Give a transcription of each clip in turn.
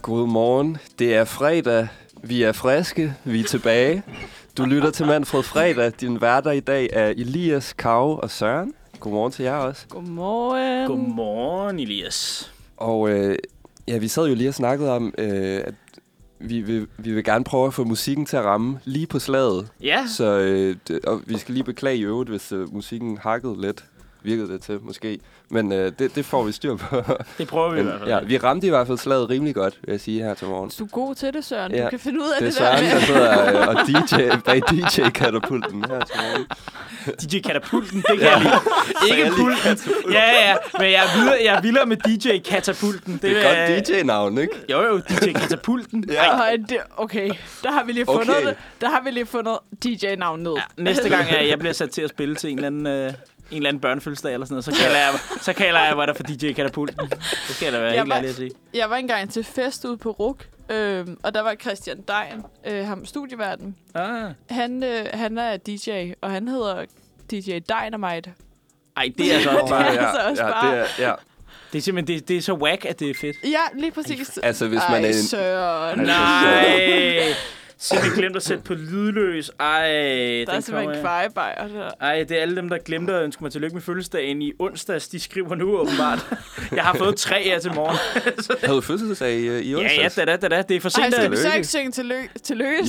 Godmorgen. Det er fredag. Vi er friske. Vi er tilbage. Du lytter til Manfred Fredag. Din værter i dag er Elias, Karo og Søren. Godmorgen til jer også. Godmorgen. Godmorgen, Elias. Og vi sad jo lige og snakkede om, at vi vil gerne prøve at få musikken til at ramme lige på slaget. Ja. Så og vi skal lige beklage i øvrigt, hvis musikken hakkede lidt. Virkede det til, måske. Men det får vi styr på. Det prøver vi i hvert fald. Ja, vi ramte i hvert fald slaget rimelig godt, vil jeg sige her til morgen. Du er god til det, Søren. Ja. Du kan finde ud af det der. der. Det er Søren, der sidder og DJ bag DJ-katapulten her til morgen. DJ-katapulten, det kan jeg lide. Ikke pulten. Ja, men jeg er vildere med DJ-katapulten. Det er godt DJ-navn, ikke? Jo, DJ-katapulten. Ja. Okay, der har vi lige fundet det. Der har vi lige fundet DJ-navn ned. Ja, næste gang, jeg bliver sat til at spille til en eller anden børnefødselsdag eller sådan noget, så kalder jeg mig der for DJ-katapulten. Det skal da være helt ærligt at sige. Jeg var engang til fest ude på RUK, og der var Christian Dejen, ham studieverden. Han er DJ, og han hedder DJ Dynamite. Ej, det er så også bare... Det er så også bare... Det er simpelthen det er så whack, at det er fedt. Ja, lige præcis. Altså, hvis man er Søren. Nej! Simpelthen glemt at sætte på lydløs. Ej, der er simpelthen kvejebajer der. Ej, det er alle dem, der glemte at ønske mig tillykke med fødselsdagen i onsdags. De skriver nu åbenbart. Jeg har fået 3 her til morgen. Havde du fødselsdag i onsdags? Ja, det er for sent. Ej, skal vi så ikke synge tillykke?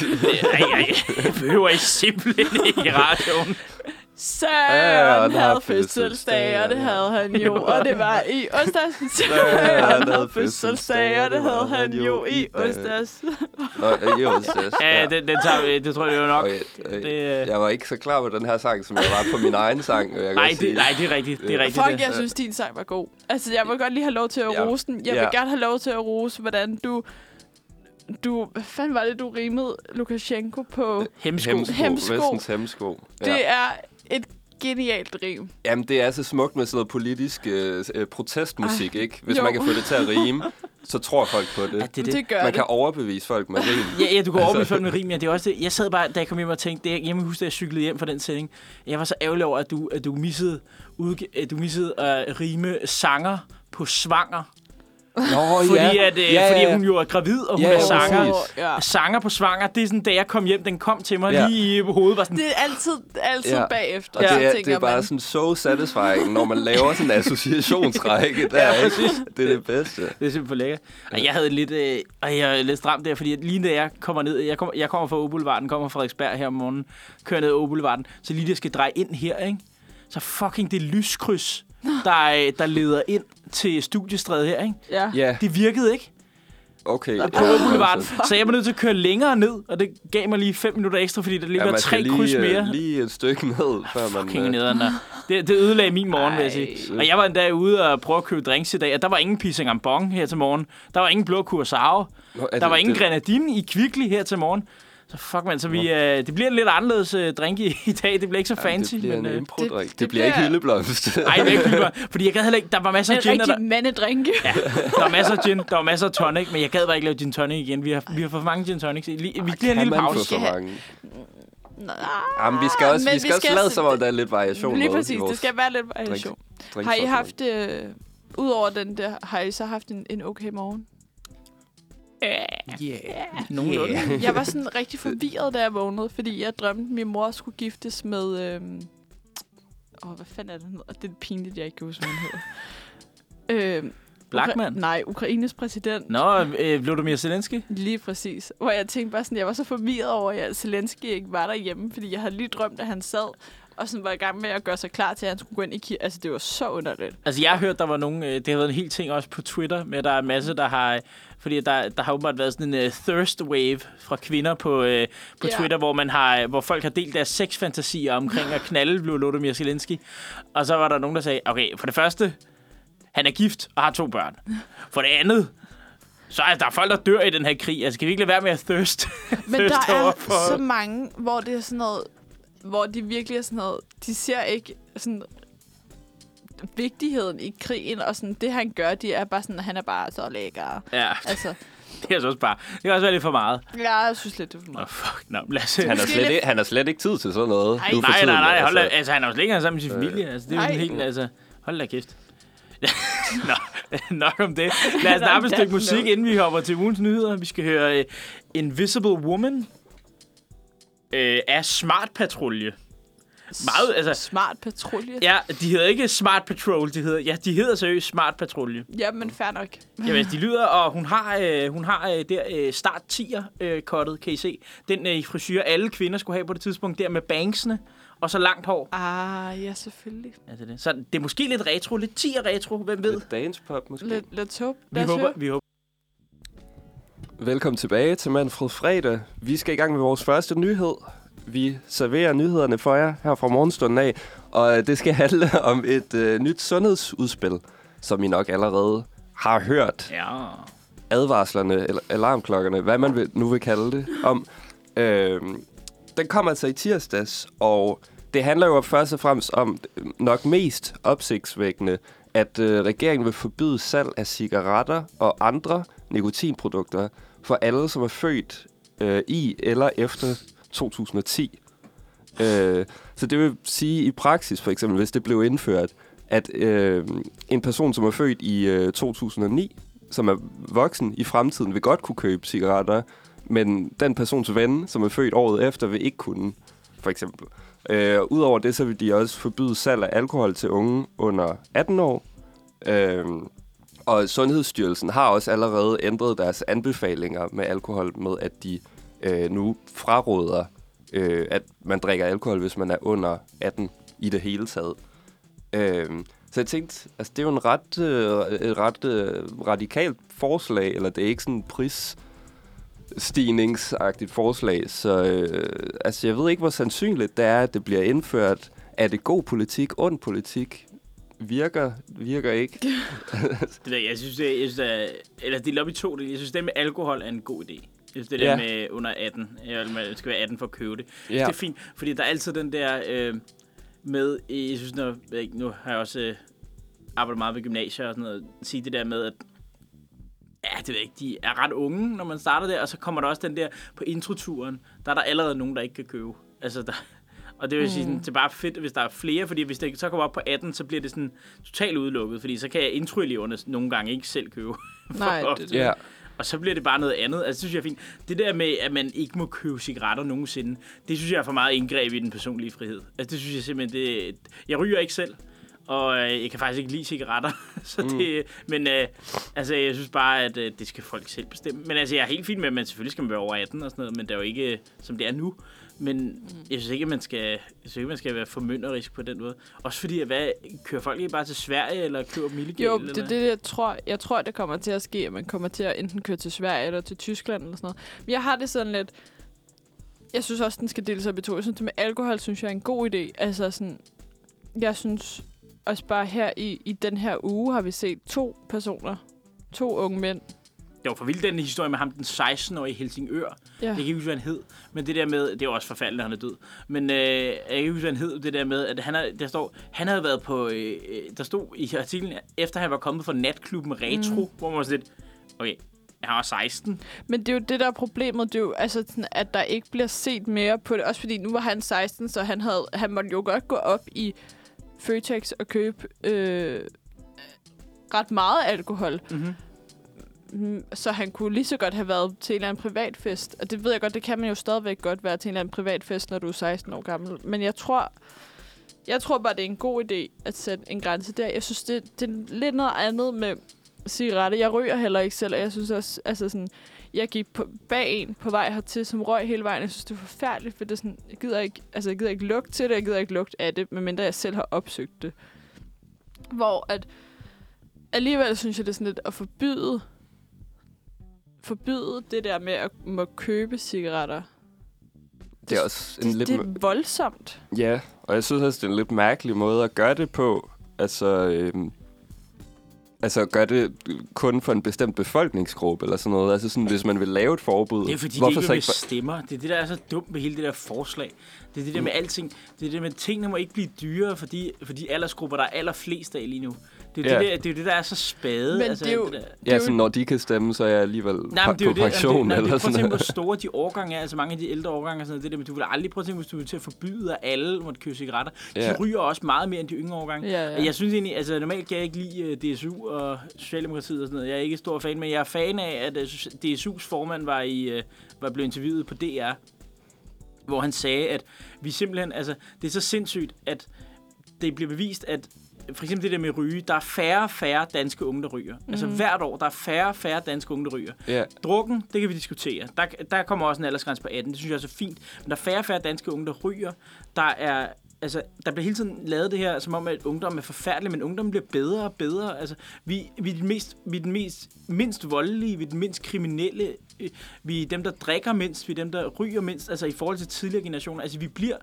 Jeg behøver ikke simpelthen ikke i radioen. Søren havde fødselsdag, og det havde han jo, og det var i onsdags. Søren havde fødselsdag, og det havde han jo i onsdags. I onsdags. Ja, den tager vi. Det tror jeg jo nok. Okay, jeg var ikke så klar på den her sang, som jeg var på min egen sang. Nej, det er rigtigt. Det er rigtigt. Folk, jeg synes, din sang var god. Altså, jeg vil godt lige have lov til at rose den. Jeg vil gerne have lov til at rose, hvordan du... Hvad fanden var det, du rimede Lukashenko på? Hemsko. Vestens hemsko. Ja. Det er et genialt rim. Jamen, det er så smukt med sådan noget politisk protestmusik, ikke? Hvis man kan få det til at rime, så tror folk på det. Ja, det gør man kan overbevise folk med rim. Ja, du kan overbevise folk med rim. Ja, det er også det. Jeg sad bare, da jeg kom hjem og tænkte, jeg kan huske, da jeg cyklede hjem fra den sætning. Jeg var så ærgerlig over, at du missede at rime sanger på svanger. Fordi hun jo er gravid, og hun er sanger. Sanger på svanger, det er sådan, da jeg kom hjem, den kom til mig lige i hovedet. Var sådan, det er altid bagefter. Det er bare sådan so satisfying, når man laver sådan en associationsrække. Det er det bedste. Det er simpelthen for lækkert. Og jeg havde lidt, jeg er lidt stramt der, fordi lige da jeg kommer ned, jeg kommer fra Åboulevarden, kommer fra Frederiksberg her om morgenen, kører ned ad Åboulevarden, så lige da jeg skal dreje ind her, ikke? Så fucking det lyskryds, der leder ind til Studiestræde her, ikke? Ja. Det virkede ikke. Okay. På Boulevarden. Så jeg var nødt til at køre længere ned, og det gav mig lige 5 minutter ekstra, fordi der lige var 3 kryds mere. Lige et stykke ned, før man... Fucking nederen der. Det ødelagde min morgen, vil jeg sige. Og jeg var endda ude og prøve at købe drinks i dag, og der var ingen Pisang Ambon her til morgen. Der var ingen blå Curaçao. Der var ingen Grenadine i Kvickly her til morgen. Så fuck man, så det bliver en lidt anderledes drink i dag. Det bliver ikke så fancy. Det bliver en impro-drink. Det bliver ikke hyldeblomst. Nej, det er ikke hyldeblomst. Fordi jeg gad heller ikke, der var masser af gin. En rigtig mandedrink. Ja, der var masser af gin, der var masser af tonic, men jeg gad bare ikke lave gin tonic igen. Vi har for mange gin tonics. Vi bliver en lille pause. Jamen, vi skal også lade som om der er lidt variation. Lige præcis, det skal være lidt variation. Har I haft, udover den der, har I så haft en okay morgen? Nogenlunde. Jeg var sådan rigtig forvirret, da jeg vågnede, fordi jeg drømte, at min mor skulle giftes med... hvad fanden er det, han hedder? Det er pinligt, jeg ikke kan huske, hvad han hedder. Blackman? Nej, Ukraines præsident. Nå, Volodymyr Zelensky? Lige præcis. Hvor jeg tænkte bare sådan, jeg var så forvirret over, at Zelensky ikke var derhjemme, fordi jeg havde lige drømt, at han sad og sådan var i gang med at gøre sig klar til, at han skulle gå ind i kirke. Altså, det var så underligt. Altså, jeg har hørt, der var nogen... Det har været en hel ting også på Twitter, med der er en masse, der har... Fordi der har åbenbart været sådan en thirst wave fra kvinder på Twitter, hvor folk har delt deres sexfantasier omkring at knalde Volodymyr Zelensky. Og så var der nogen, der sagde, okay, for det første, han er gift og har 2 børn. For det andet, så er der folk, der dør i den her krig. Altså, kan vi ikke lade være med at thirst? Men der er så mange, hvor det er sådan noget... Hvor de virkelig er sådan noget... De ser ikke sådan... vigtigheden i krigen, og sådan, det han gør, det er bare sådan, han er bare så lækker. Ja, altså. Det er så også bare... Det kan også være lidt for meget. Ja, jeg synes lidt, det er for meget. Fuck, no, lad os han har slet ikke tid til sådan noget. Nej, hold da, altså, han er jo slet ikke sammen med sin familie. Altså, det er jo helt, altså, hold da kæft. Nok om det. Lad os nappe et stykke musik, inden vi hopper til ugens nyheder. Vi skal høre Invisible Woman af Smart Patrulje. Meget, altså, Smart Patrulje? Ja, de hedder ikke Smart Patrol, de hedder seriøst Smart Patrulje. Ja, men fair nok. Jamen, de lyder, og hun har der start 10'er-kottet, kan I se. Den frisyr, alle kvinder skulle have på det tidspunkt, der med banksene, og så langt hår. Ja, selvfølgelig. Ja, det er det. Så det er måske lidt retro, lidt 10'er-retro, hvem ved? Lidt dancepop måske. Let's hope. Vi håber. Velkommen tilbage til Manfred Fredag. Vi skal i gang med vores første nyhed. Vi serverer nyhederne for jer her fra morgenstunden af, og det skal handle om et nyt sundhedsudspil, som I nok allerede har hørt. Ja. Advarslerne, eller alarmklokkerne, hvad man nu vil kalde det, om. Den kommer altså i tirsdags, og det handler jo først og fremmest om, nok mest opsigtsvækkende, at regeringen vil forbyde salg af cigaretter og andre nikotinprodukter for alle, som er født i eller efter 2010. Så det vil sige i praksis, for eksempel, hvis det blev indført, at en person, som er født i 2009, som er voksen i fremtiden, vil godt kunne købe cigaretter, men den persons ven, som er født året efter, vil ikke kunne, for eksempel. Udover det, så vil de også forbyde salg af alkohol til unge under 18 år. Og Sundhedsstyrelsen har også allerede ændret deres anbefalinger med alkohol med, at de nu fraråder, at man drikker alkohol, hvis man er under 18 i det hele taget. Så jeg tænkte, altså det er jo et ret radikalt forslag, eller det er ikke sådan en prisstigningsagtigt forslag, så altså jeg ved ikke, hvor sandsynligt det er, at det bliver indført. Er det god politik, ond politik? Virker ikke. Det der, jeg synes, eller det er op i to. Jeg synes, det med alkohol er en god idé. Det der med under 18. Man skal være 18 for at købe det. Det er fint, fordi der er altid den der med, jeg synes, nu har jeg også arbejdet meget ved gymnasier og sådan noget, sige det der med, at det ved jeg ikke, de er ret unge, når man starter der, og så kommer der også den der på introturen, der er der allerede nogen, der ikke kan købe. Altså, og det vil sige, sådan, det er bare fedt, hvis der er flere, fordi hvis det så kommer op på 18, så bliver det sådan totalt udelukket, fordi så kan introeleverne nogle gange ikke selv købe. Nej, det. Og så bliver det bare noget andet. Altså, det synes jeg er fint. Det der med, at man ikke må købe cigaretter nogensinde, det synes jeg er for meget indgreb i den personlige frihed. Altså, det synes jeg simpelthen, jeg ryger ikke selv, og jeg kan faktisk ikke lide cigaretter. Så det, men altså, jeg synes bare, at det skal folk selv bestemme. Men altså, jeg er helt fint med, at man selvfølgelig skal være over 18 og sådan noget, men det er jo ikke, som det er nu. Men jeg synes ikke, at man skal være formynderisk på den måde. Også fordi, kører folk ikke bare til Sverige, eller køber dem illegalt? Jo, det er det, jeg tror, det kommer til at ske, at man kommer til at enten køre til Sverige, eller til Tyskland, eller sådan noget. Men jeg har det sådan lidt. Jeg synes også, den skal deles op i to. Jeg synes, det med alkohol, synes jeg er en god idé. Altså sådan, jeg synes også bare her i den her uge, har vi set 2 unge mænd. Det var for vildt, den historie med ham, den 16-årige i Helsingør. Ja. Jeg kan ikke huske, hvad han hed. Men det der med, det er også forfærdeligt, at han er død. Men jeg kan ikke huske, hvad han hed. Det der med, at han havde været på, der stod i artiklen, efter han var kommet fra natklubben Retro, hvor man var sådan lidt, okay, han var 16. Men det er jo det, der er problemet. Det er jo altså sådan, at der ikke bliver set mere på det. Også fordi nu var han 16, så han måtte jo godt gå op i Føtex og købe ret meget alkohol. Mm-hmm. Så han kunne lige så godt have været til en eller anden privatfest. Og det ved jeg godt, det kan man jo stadigvæk godt være til en eller anden privatfest, når du er 16 år gammel. Men jeg tror bare, det er en god idé at sætte en grænse der. Jeg synes, det er lidt noget andet med cigaretter. Jeg ryger heller ikke selv, og jeg synes også, altså sådan, jeg gik bag en på vej hertil, som røg hele vejen. Jeg synes, det er forfærdeligt, for det er sådan, jeg gider ikke lugte til det, jeg gider ikke lugte af det, medmindre jeg selv har opsøgt det. Hvor at alligevel synes jeg, det er sådan lidt at forbyde det der med at må købe cigaretter. Det er også en lidt... Det er voldsomt. Ja, og jeg synes også, det er en lidt mærkelig måde at gøre det på. Altså gøre det kun for en bestemt befolkningsgruppe eller sådan noget. Altså sådan, hvis man vil lave et forbud. Det er fordi, det ikke bestemmer. Det er det, der er så dumt ved hele det der forslag. Det er det der med alting. Det er det med, tingene må ikke blive dyrere for de aldersgrupper, der er allerflest af lige nu. Det er jo det, der er så spade. Men altså, det er jo... Ja, så når de kan stemme, så er jeg alligevel på pension eller sådan noget. Prøv at tænke, hvor store de årgange er, altså mange af de ældre årgange og sådan noget. Det der, men du vil aldrig prøve at tænke, hvis du vil til at forbyde, at alle måtte købe cigaretter. De ryger også meget mere end de yngre årgange. Ja. Jeg synes egentlig, altså normalt kan jeg ikke lide DSU og Socialdemokratiet og sådan noget. Jeg er ikke stor fan, men jeg er fan af, at DSU's formand var blevet interviewet på DR, hvor han sagde, at vi simpelthen, altså det er så sindssygt, at det bliver bevist, at for eksempel det der med ryge, der er færre danske unge, der ryger. Altså hvert år, der er færre danske unge, der ryger. Yeah. Drukken, det kan vi diskutere. Der kommer også en aldersgrænse på 18, det synes jeg også er fint. Men der er færre danske unge, der ryger. Der bliver hele tiden lavet det her, som om at ungdom er forfærdelig, men ungdommen bliver bedre og bedre. Altså, vi er den mindst voldelige, vi er den mindst kriminelle, vi er dem, der drikker mindst, vi er dem, der ryger mindst, altså i forhold til tidligere generationer. Altså,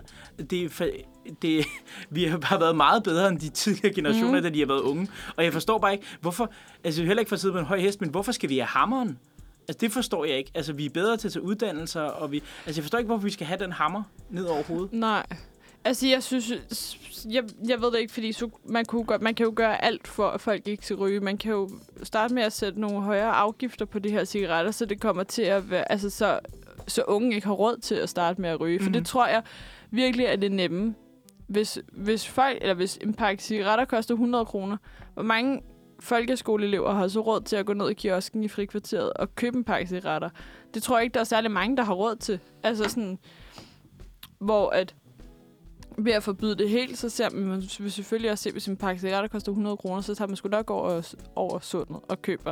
vi har bare været meget bedre end de tidligere generationer, da de har været unge. Og jeg forstår bare ikke, hvorfor, altså heller ikke for at sidde på en høj hest, men hvorfor skal vi have hammeren? Altså, det forstår jeg ikke. Altså, vi er bedre til at tage uddannelser, og jeg forstår ikke, hvorfor vi skal have den hammer ned over hovedet. Nej. Altså, jeg synes... Jeg ved det ikke, fordi man kan jo gøre alt for, at folk ikke skal ryge. Man kan jo starte med at sætte nogle højere afgifter på de her cigaretter, så det kommer til at være... Altså, så unge ikke har råd til at starte med at ryge. For det tror jeg virkelig er det nemme. Hvis en pakke cigaretter koster 100 kroner, hvor mange folkeskoleelever har så råd til at gå ned i kiosken i frikvarteret og købe en pakke cigaretter? Det tror jeg ikke, der er særlig mange, der har råd til. Altså sådan... Hvor at... Ved at forbyde det helt, så ser man selvfølgelig også se, hvis en pakke cigaretter koster 100 kroner, så tager man sgu nok over sundet og køber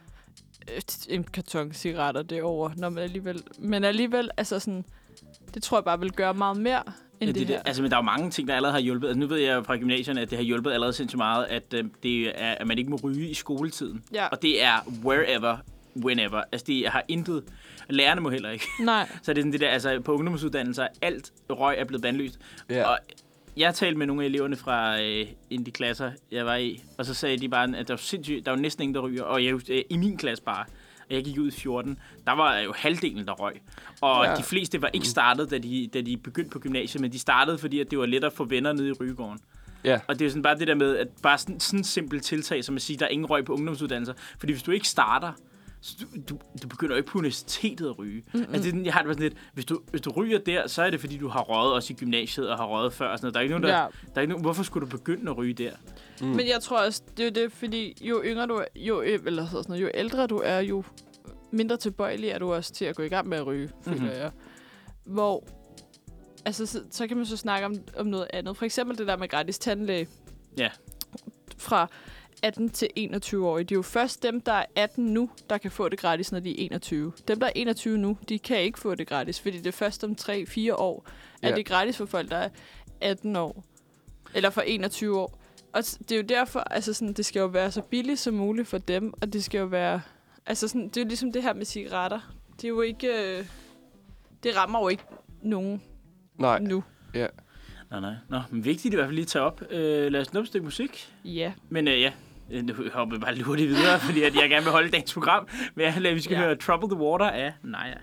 en karton cigaretter derovre, når man alligevel, altså sådan, det tror jeg bare vil gøre meget mere end det her. Altså, men der er jo mange ting, der allerede har hjulpet. Altså, nu ved jeg fra gymnasierne, at det har hjulpet allerede sindssygt meget, at man ikke må ryge i skoletiden. Ja. Og det er wherever, whenever. Altså, det har intet... Lærerne må heller ikke. Nej. Så det er sådan det der, altså på ungdomsuddannelser, alt røg er blevet bandlyst. Yeah. Og jeg talte med nogle af eleverne fra en af de klasser, jeg var i, og så sagde de bare, at der var næsten ingen, der ryger. Og i min klasse bare, og jeg gik ud i 14, der var jo halvdelen, der røg. Og de fleste var ikke startet, da de begyndte på gymnasiet, men de startede, fordi at det var lettere at få venner nede i rygegården. Yeah. Og det er jo sådan bare det der med, at bare sådan et simpelt tiltag, som at sige, der er ingen røg på ungdomsuddannelser. Fordi hvis du ikke starter, du begynder jo ikke på universitetet at ryge. Altså, jeg har det bare sådan lidt, hvis du ryger der, så er det fordi, du har røget også i gymnasiet og har røget før. Og sådan noget. Der er ikke nogen, hvorfor skulle du begynde at ryge der? Men jeg tror også, det er det, fordi jo yngre du er, jo ældre du er, jo mindre tilbøjelig er du også til at gå i gang med at ryge, føler jeg. Hvor, altså, så kan man så snakke om noget andet. For eksempel det der med gratis tandlæge. Ja. Fra 18 til 21-årige. Det er jo først dem, der er 18 nu, der kan få det gratis, når de er 21. Dem, der er 21 nu, de kan ikke få det gratis, fordi det er først om 3-4 år, at det er gratis for folk, der er 18 år. Eller for 21 år. Og det er jo derfor, altså sådan, det skal jo være så billigt som muligt for dem, og det skal jo være... Altså sådan, det er jo ligesom det her med cigaretter. Det er jo ikke... det rammer jo ikke nogen nu. Ja. Nej. Nå, men vigtigt i hvert fald lige at tage op. Lad os nå et stykke musik. Ja. Men nu hopper vi bare lurtigt videre, fordi at jeg gerne vil holde dagens program. Men vi skal høre Trouble the Water af Naja.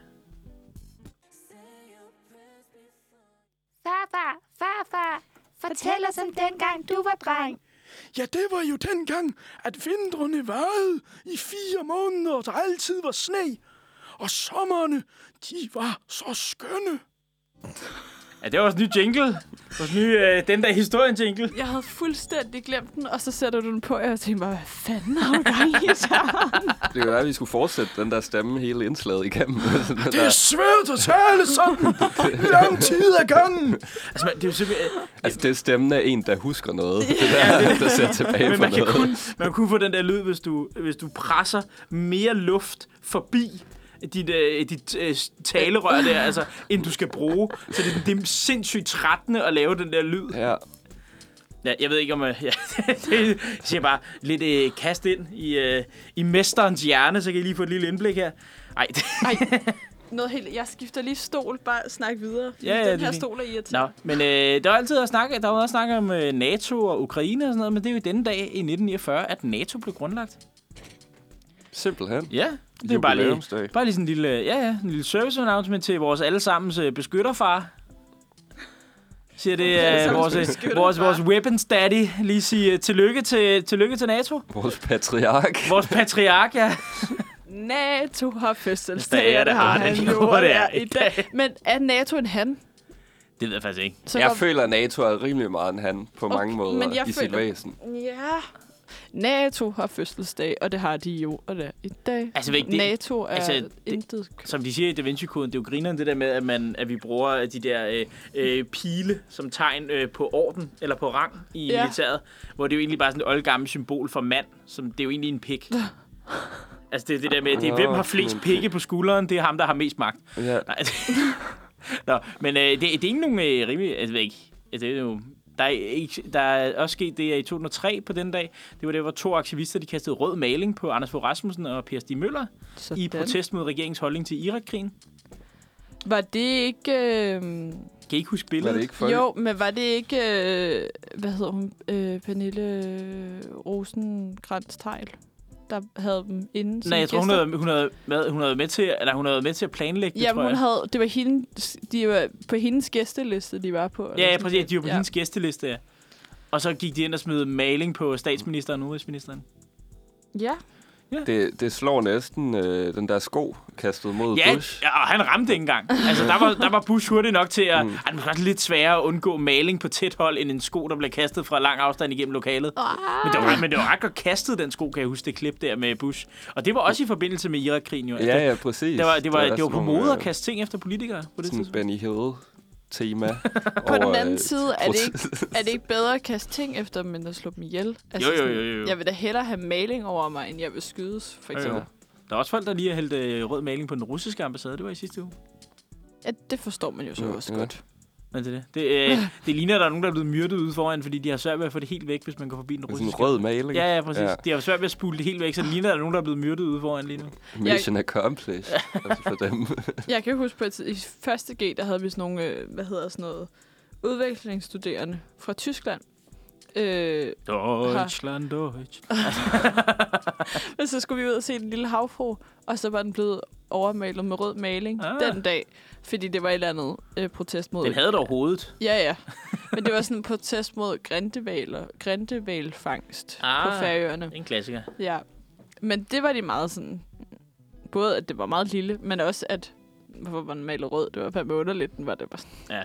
Farfar, fortæl os om dengang du var dreng. Ja, det var jo dengang, at vintrene varede i 4 måneder, og der altid var sne. Og sommerne, de var så skønne. Ja, det var også en ny jingle. Vores nye Den der historien jingle. Jeg havde fuldstændig glemt den, og så sætter du den på, og jeg tænkte bare, hvad fanden har du gang i sammen? Det var at vi skulle fortsætte den der stemme hele indslaget igennem. Det er svært at tale sådan lang tid ad gangen. Altså, det er jo simpelthen... Altså, det er stemmen af en, der husker noget. Det der ser tilbage men på noget. Man kan kun få den der lyd, hvis du presser mere luft forbi dit talerør der, altså, end du skal bruge. Så det er sindssygt trættende at lave den der lyd. Ja. Ja, jeg ved ikke om... det siger bare lidt kast ind i mesterens hjerne, så kan I lige få et lille indblik her. Ej. Noget helt... Jeg skifter lige stol, bare snak videre. Den her stol er irriterende. Men der var altid at snakke om NATO og Ukraine og sådan noget, men det er jo den dag i 1949, at NATO blev grundlagt. Simpelthen. Ja, det er bare lige sådan en lille, en lille service announcement til vores allesammens beskytterfar. siger det vores weapons daddy. Lige sige tillykke til NATO. Vores patriark. Vores patriark, ja. NATO har fødselsdag, og det har han jo, det er i dag. Men er NATO en han? Det ved jeg faktisk ikke. Jeg føler, at NATO er rimelig meget en han på mange måder i sit væsen. Ja. NATO har fødselsdag, og det har de jo, og det er i dag. Altså, NATO er intet. Som de siger i Da Vinci-koden, det er jo grineren det der med, at vi bruger de der pile som tegn på orden, eller på rang i militæret, hvor det er jo egentlig bare sådan et oldgammelt symbol for mand, som det er jo egentlig en pik. Altså det er det der med, det er hvem har flest pikke på skulderen, det er ham, der har mest magt. Ja. Nå, men det er ikke nogen rimelig... Altså, ikke, det er jo... Der er også sket det i 2003 på den dag. Det var det, hvor 2 aktivister de kastede rød maling på Anders Fogh Rasmussen og Per Stig Møller i protest mod regeringens holdning til Irak-krigen. Var det ikke... Kan I ikke huske billedet? Jo, men var det ikke... hvad hedder hun? Pernille Rosenkrantz-Theil, der havde dem inde. Nej, jeg tror, hun havde med til at planlægge det, tror jeg. Det var hende, de var på hendes gæsteliste, de var på. Ja, præcis. De var på hendes gæsteliste, ja. Og så gik de ind og smed maling på statsministeren og udenrigsministeren. Ja. Det slår næsten den der sko kastet mod Bush. Ja, og han ramte ikke engang. Altså, der var Bush hurtigt nok til at... Det var lidt sværere at undgå maling på tæt hold, end en sko, der blev kastet fra lang afstand igennem lokalet. Men det var ret godt kastet, den sko, kan jeg huske, det klip der med Bush. Og det var også i forbindelse med Irak-krigen, jo. Altså, ja, præcis. Det var på mode at kaste ting efter politikere på det sådan tidspunkt. Benny Hill tema. På den anden side er det ikke bedre at kaste ting efter dem, end at slå dem ihjel? Altså, Jo. Jeg vil da hellere have maling over mig, end jeg vil skydes, for eksempel. Jo. Der er også folk, der lige har hældt rød maling på den russiske ambassade. Det var i sidste uge. Ja, det forstår man jo så også godt. Men det ligner, at der er nogen, der er blevet myrdet ude foran, fordi de har svært ved at få det helt væk, hvis man går forbi den russiske. Sådan en rød maling? Ja, præcis. Ja. De har svært ved at spule det helt væk, så det ligner, at der er nogen, der er blevet myrdet ude foran lige nu. Mission accomplished for dem. Jeg kan huske, at i første G, der havde vi sådan nogle, udvekslingsstuderende fra Tyskland. Deutschland. Men så skulle vi ud og se den lille havfru, og så var den blevet overmalet med rød maling den dag, fordi det var et eller andet protest mod... Den havde dog hovedet. Ja. Men det var sådan en protest mod grindehvalfangst på Færøerne. En klassiker. Ja, men det var de meget sådan... Både at det var meget lille, men også at... Hvorfor var den malet rød? Det var fandme underligt, den var det bare sådan.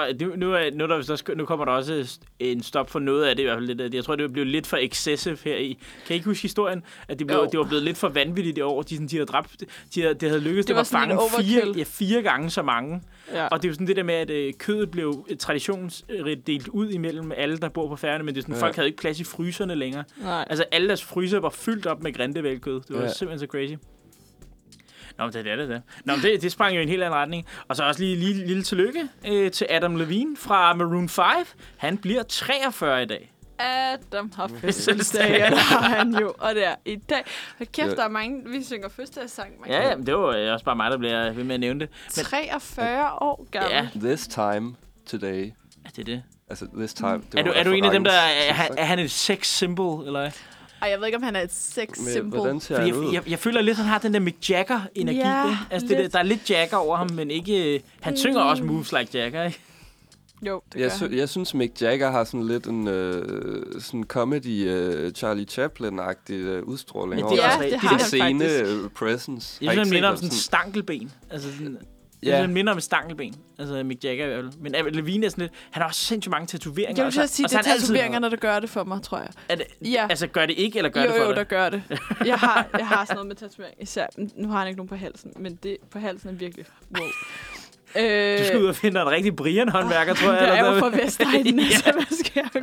Ja, nu kommer der også en stop for noget af det i hvert fald lidt. Jeg tror, det blev lidt for excessive her i. Kan I ikke huske historien? At det var blevet lidt for vanvittigt i år. De havde dræbt... Det havde lykkedes det var fange 4 gange så mange. Ja. Og det er jo sådan det der med, at kødet blev traditionsrigt delt ud imellem alle, der bor på Færøerne, men det er sådan, folk havde ikke plads i fryserne længere. Nej. Altså alle deres fryser var fyldt op med grindehvalkød. Det var simpelthen så crazy. Nå, men det er det. Nå, men det sprang jo i en helt anden retning. Og så også lige lille tillykke til Adam Levine fra Maroon 5. Han bliver 43 i dag. Adam har fødselsdag, og det har han jo. Og det er i dag. Kæft, der er mange, vi synger fødselsdagssang. Ja, det var også bare mig, der bliver ved med at nævne det. Men 43 år gammel. Ja. This time today. Ja, det er det. Altså, this time. Er du en af dem, der... Er han et sex symbol, eller hvad? Ej, jeg ved ikke, om han er et sex-symbol. Jeg føler lidt, at han har den der Mick Jagger-energi. Ja, altså, der er lidt Jagger over ham, men ikke... Han synger også moves like Jagger, ikke? Jo, det jeg synes, Mick Jagger har sådan lidt en sådan comedy Charlie Chaplin-agtig udstråling over det har han scene presence. Jeg synes, han minder om sådan en stankelben. Altså sådan... Ja. Det minder om et stankelben. Altså Mick Jagger i hvert fald. Men Adam Levine er sådan lidt... Han har også sindssygt mange tatoveringer. Jeg vil sige, det er tatoveringerne, der gør det for mig, tror jeg. Altså gør det ikke, eller gør det for dig? Jo, der gør det. Jeg har sådan noget med tatovering. Især, nu har han ikke nogen på halsen, men det på halsen er virkelig... Wow. Du skal ud og finde en rigtig Brian-håndværker, tror jeg. Det er jo fra Vestegnen, så hvad skal jeg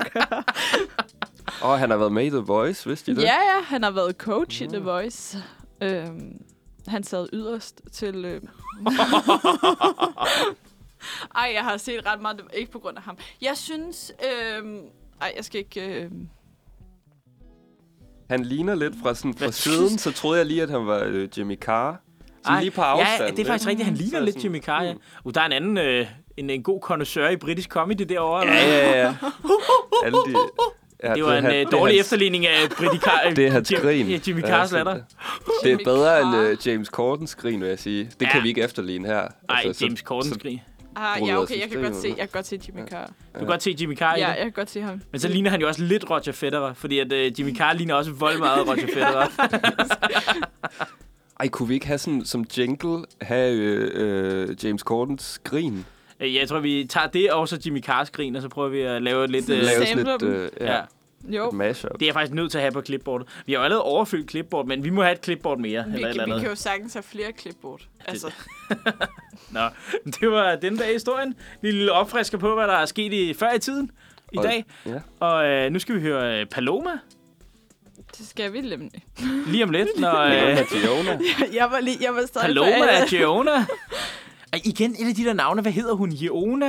gøre? Han har været med i The Voice, vidste I det? Ja, han har været coach i The Voice. Han sad yderst til... Ej, jeg har set ret meget, ikke på grund af ham. Jeg synes... jeg skal ikke... Han ligner lidt fra siden, så troede jeg lige, at han var Jimmy Carr. Lige på afstand. Ja, det er faktisk rigtigt. Han ligner lidt Jimmy Carr, ja. Der er en anden... en god connoisseur i britisk comedy derovre. Ja. Alle de... Ja, det var en dårlig efterligning af det er hans grin. Jimmy Carrs latter. Det er bedre end James Cordens grin, vil jeg sige. Det kan vi ikke efterligne her. Nej, James Cordens grin. Ja, okay, jeg kan godt se Jimmy Carr. Du kan godt se Jimmy Carr i Ja, det? jeg kan godt se ham. Men så ligner han jo også lidt Roger Federer, fordi at Jimmy Carr ligner også vold meget Roger Federer. Ej, kunne vi ikke have sådan som jingle, have James Cordens grin? Jeg tror, vi tager det og så Jimmy Carrs grin, og så prøver vi at lave lidt... Lave Sample sådan et, ja. Jo. et mashup. Det er jeg faktisk nødt til at have på clipboardet. Vi har jo allerede overfyldt clipboard, men vi må have et clipboard mere. Vi kan jo sagtens have flere clipboard. Altså. Nå, det var den dag i historien. Vi lille opfrisker på, hvad der er sket før i tiden i dag. Ja. Og nu skal vi høre Paloma. Det skal vi nemlig. Lige om lidt, når... Giona. jeg var stadig Paloma er Giona. Igen et af de der navne. Hvad hedder hun?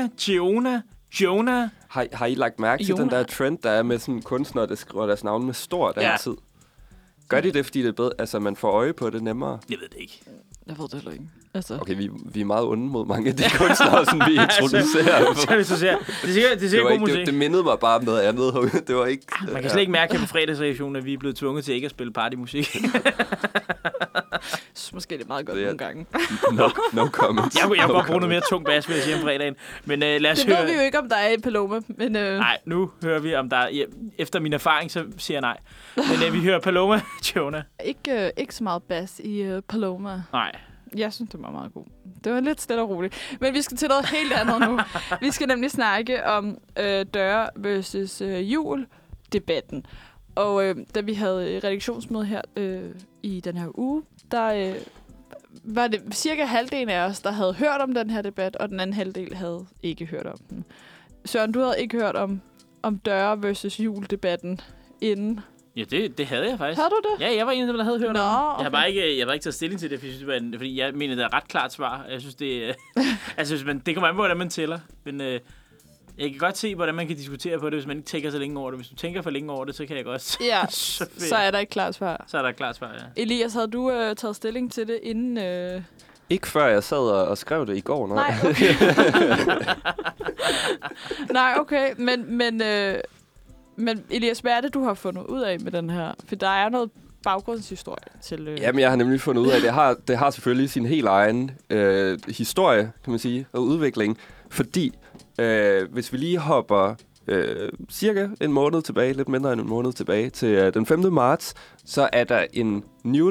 Giona? Har I lagt mærke til den der trend, der er med sådan kunstnere, der skriver deres navne med stort altid? Gør de det, fordi det er bedre, altså man får øje på det nemmere? Jeg ved det ikke. Jeg ved det heller ikke. Altså. Okay, vi er meget onde mod mange af de kunstnere, som vi introducerer. Det er sikkert god musik. Det mindede mig bare om noget andet. Det var ikke... Man kan slet ikke mærke på fredagsreaktionen, at vi er blevet tvunget til ikke at spille partymusik. Jeg synes måske, det er meget godt nogle gange. No comments. Jeg kunne godt bruge noget mere tung bas, vil jeg sige, om fredagen. Men lad os det høre... ved vi jo ikke, om der er i Paloma. Men, Nej, nu hører vi, om der er... Efter min erfaring, så siger jeg nej. Men vi hører Paloma, Giona. Ikke så meget bas i Paloma. Nej. Jeg synes, det var meget god. Det var lidt stille og roligt. Men vi skal til noget helt andet nu. Vi skal nemlig snakke om døre versus jul-debatten. Og da vi havde redaktionsmøde her i den her uge, der var det cirka halvdelen af os, der havde hørt om den her debat, og den anden halvdel havde ikke hørt om den. Søren, du havde ikke hørt om døre versus jul-debatten inden. Ja, det havde jeg faktisk. Havde du det? Ja, jeg var en af dem, der havde hørt om det. Okay. Jeg har bare ikke taget stilling til det, fordi jeg mener, det er et ret klart svar. Jeg synes, det det kommer an på, hvordan man tæller. Men jeg kan godt se, hvordan man kan diskutere på det, hvis man ikke tænker så længe over det. Hvis du tænker for længe over det, så kan jeg godt... Ja, så er der et klart svar. Så er der et klart svar, ja. Elias, havde du taget stilling til det inden... Ikke før jeg sad og skrev det i går, nej. Okay. Nej, okay. Men Elias, hvad er det, du har fundet ud af med den her? For der er noget baggrundshistorie til... Jamen, jeg har nemlig fundet ud af, at det har selvfølgelig sin helt egen historie, kan man sige, og udvikling. Fordi hvis vi lige hopper cirka en måned tilbage, lidt mindre end en måned tilbage, til den 5. marts, så er der en New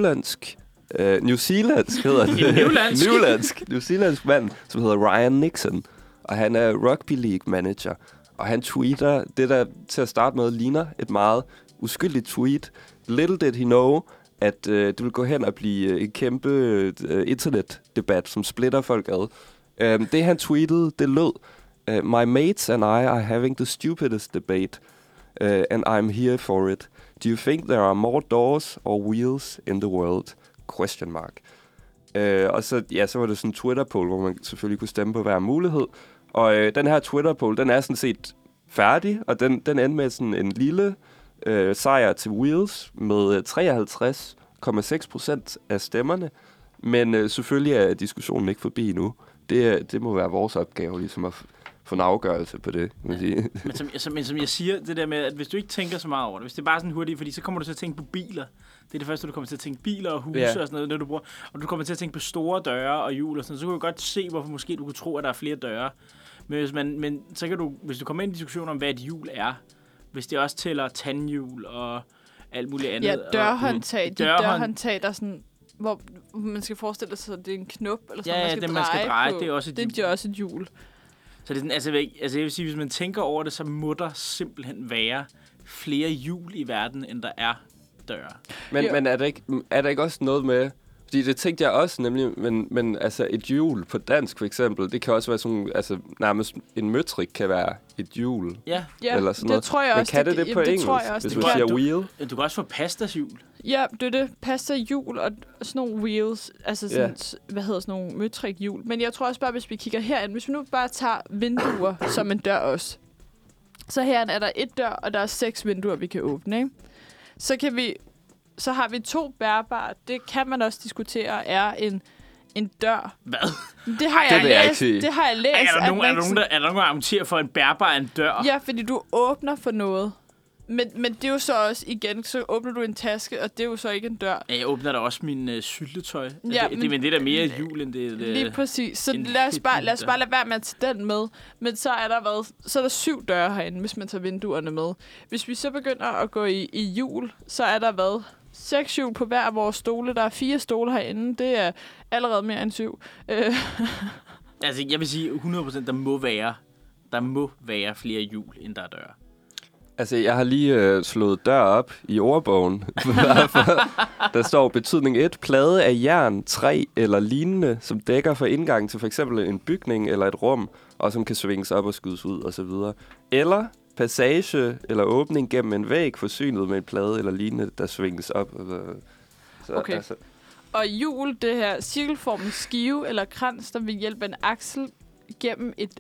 Zealandsk mand, som hedder Ryan Nixon. Og han er rugby league manager. Og han tweeter det, der til at starte med ligner et meget uskyldigt tweet. Little did he know, at det vil gå hen og blive en kæmpe internetdebat, som splitter folk ad. Det han tweetede, det lød: My mates and I are having the stupidest debate, and I'm here for it. Do you think there are more doors or wheels in the world? Question mark. Og så var det sådan en Twitter-poll, hvor man selvfølgelig kunne stemme på hver mulighed. Og den her Twitter-poll, den er sådan set færdig, og den endte med sådan en lille sejr til Wheels med 53,6% af stemmerne. Men selvfølgelig er diskussionen ikke forbi endnu. Det må være vores opgave, ligesom at få en afgørelse på det, kan man sige. Men som jeg siger, det der med, at hvis du ikke tænker så meget over det, hvis det er bare sådan hurtigt, fordi så kommer du til at tænke på biler. Det er det første, du kommer til at tænke biler og huse og sådan noget, når du bruger. Og du kommer til at tænke på store døre og hjul og sådan noget. Så kan du godt se, hvorfor måske du kunne tro, at der er flere døre. Men så kan du, hvis du kommer ind i diskussion om, hvad et hjul er, hvis det også tæller tandhjul og alt muligt andet. Ja, dørhåndtag. Dørhåndtag, der er sådan, hvor man skal forestille sig, at det er en knop, eller sådan, man skal dreje på. Det er også et hjul. Det er også et hjul. Så det er sådan, jeg vil sige, hvis man tænker over det, så må der simpelthen være flere hjul i verden, end der er døre. Men er der ikke også noget med... Fordi det tænkte jeg også nemlig, men altså et hjul på dansk for eksempel, det kan også være sådan, altså nærmest en møtrik kan være et hjul. Ja, eller sådan noget. Tror jeg også. Men kan det på engelsk, hvis man siger wheel? Du kan også få pastas hjul. Ja, det er det. Pasta hjul og sådan nogle wheels, altså sådan, hvad hedder sådan nogle møtrik hjul. Men jeg tror også bare, hvis vi kigger herind, hvis vi nu bare tager vinduer som en dør også. Så herinde er der et dør, og der er 6 vinduer, vi kan åbne, ikke? Så har vi 2 bærbare. Det kan man også diskutere, er en dør. Hvad? Det har jeg læst. Det har jeg læst. Er der nogen, der argumenterer for en bærbar en dør? Ja, fordi du åbner for noget. Men det er jo så også, igen, så åbner du en taske, og det er jo så ikke en dør. Ja, jeg åbner da også min syltetøj. Ja, men det er da mere jul, end det... Lige præcis. Så lad os bare lade være med at tage den med. Men så er der 7 døre herinde, hvis man tager vinduerne med. Hvis vi så begynder at gå i jul, så er der 6 hjul på hver af vores stole. Der er 4 stole herinde. Det er allerede mere end 7. Altså, jeg vil sige 100%, der må være flere hjul, end der er døre. Altså, jeg har lige slået dør op i ordbogen. Der står betydning 1. Plade af jern, træ eller lignende, som dækker for indgang til f.eks. en bygning eller et rum, og som kan svinges op og skydes ud osv. Eller passage eller åbning gennem en væg forsynet med en plade eller lignende, der svinges op. Så, Okay. Altså. Og hjul, det her cirkelformet skive eller krans, der ved hjælp af en aksel gennem et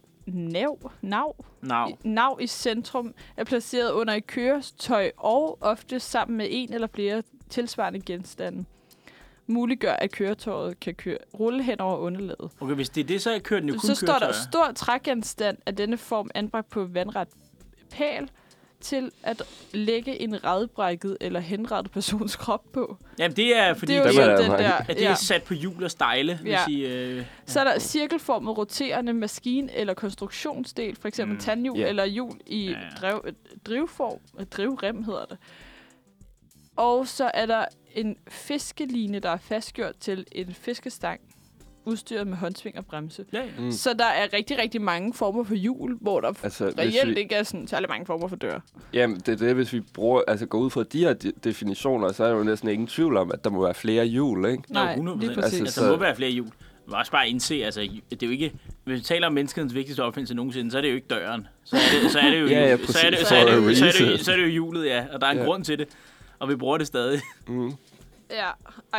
nav i centrum, er placeret under et køretøj og ofte sammen med en eller flere tilsvarende genstande. Muliggør, at køretøjet kan rulle hen over underlaget. Okay, hvis det er det, så er kørt den jo kun så står der køretøjer. stor trægenstand af denne form anbragt på vandret pæl til at lægge en radbrækket eller henrettet persons krop på. Jamen, det er fordi, det er jo den der, at det er sat på hjul og stejle. Ja. Sige, Så er der cirkelformet roterende maskine- eller konstruktionsdel, for eksempel tandhjul eller hjul i drivform. Drivrem hedder det. Og så er der en fiskeline, der er fastgjort til en fiskestang, udstyret med håndsving og bremse. Ja. Så der er rigtig, rigtig mange former for hjul, hvor der reelt ikke er sådan særlig mange former for døre. Jamen, det er det, hvis vi går ud fra de her definitioner, så er der jo næsten ingen tvivl om, at der må være flere hjul, ikke? Nej, 100%. lige præcis. Altså, der må være flere hjul. Man må også bare indse, altså, det er jo ikke... Hvis vi taler om menneskets vigtigste opfindelse nogensinde, så er det jo ikke døren. Så er det jo så er det jo hjulet, ja. Og der er en grund til det. Og vi bruger det stadig. Ja,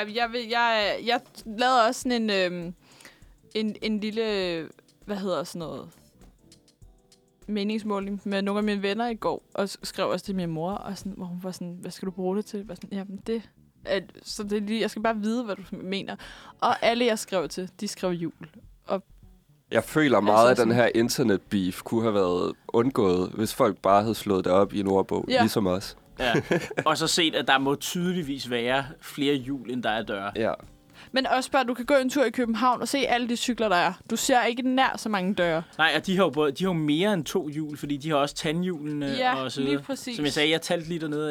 jeg lavede også sådan en lille, hvad hedder sådan noget, meningsmåling med nogle af mine venner i går, og skrev også til min mor, og sådan, hvor hun var sådan, hvad skal du bruge det til? Jeg var sådan, jamen det, så det er lige, jeg skal bare vide, hvad du mener. Og alle jeg skrev til, de skrev jul. Og jeg føler meget, at den her internetbeef kunne have været undgået, hvis folk bare havde slået det op i en ordbog, ligesom os. Ja. Og så set, at der må tydeligvis være flere hjul, end der er døre. Ja. Men også bare, du kan gå en tur i København og se alle de cykler, der er. Du ser ikke nær så mange døre. Nej, og de har jo mere end 2 hjul, fordi de har også tandhjulene og så videre. Lige præcis. Som jeg sagde, jeg talte lige dernede,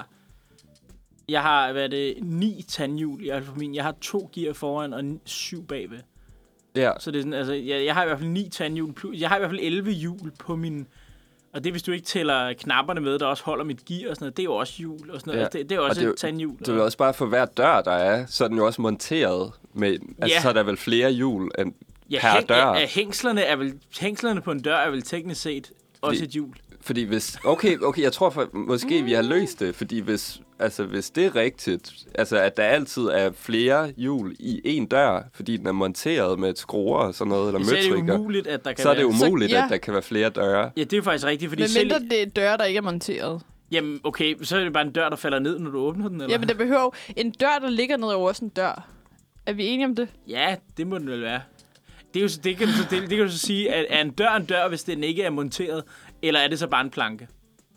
jeg har 9 tandhjul i Alfa Min. Jeg har 2 gear foran og 7 bagved. Ja. Så det er sådan, altså, jeg har i hvert fald 9 tandhjul. Jeg har i hvert fald 11 hjul på min... Og det hvis du ikke tæller knapperne med, der også holder mit gear og sådan noget, det er jo også hjul og sådan noget. Ja. Det er også et tandhjul. Det er også bare for hver dør, der er, så er den jo også monteret med... Altså, så er der vel flere hjul end per dør. Hængslerne på en dør er vel teknisk set også et hjul. Fordi hvis... Okay, jeg tror måske, vi har løst det. Fordi hvis det er rigtigt, altså at der altid er flere hjul i en dør, fordi den er monteret med et skruer og sådan noget, eller møtrikker, så er det umuligt, at der kan at der kan være flere døre. Ja, det er jo faktisk rigtigt, fordi men mindre det er døre, der ikke er monteret. Jamen, okay, så er det bare en dør, der falder ned, når du åbner den, eller? Jamen, det behøver jo... En dør, der ligger ned over også en dør. Er vi enige om det? Ja, det må den vel være. Det kan du så sige, at er en dør, hvis den ikke er monteret, eller er det så bare en planke?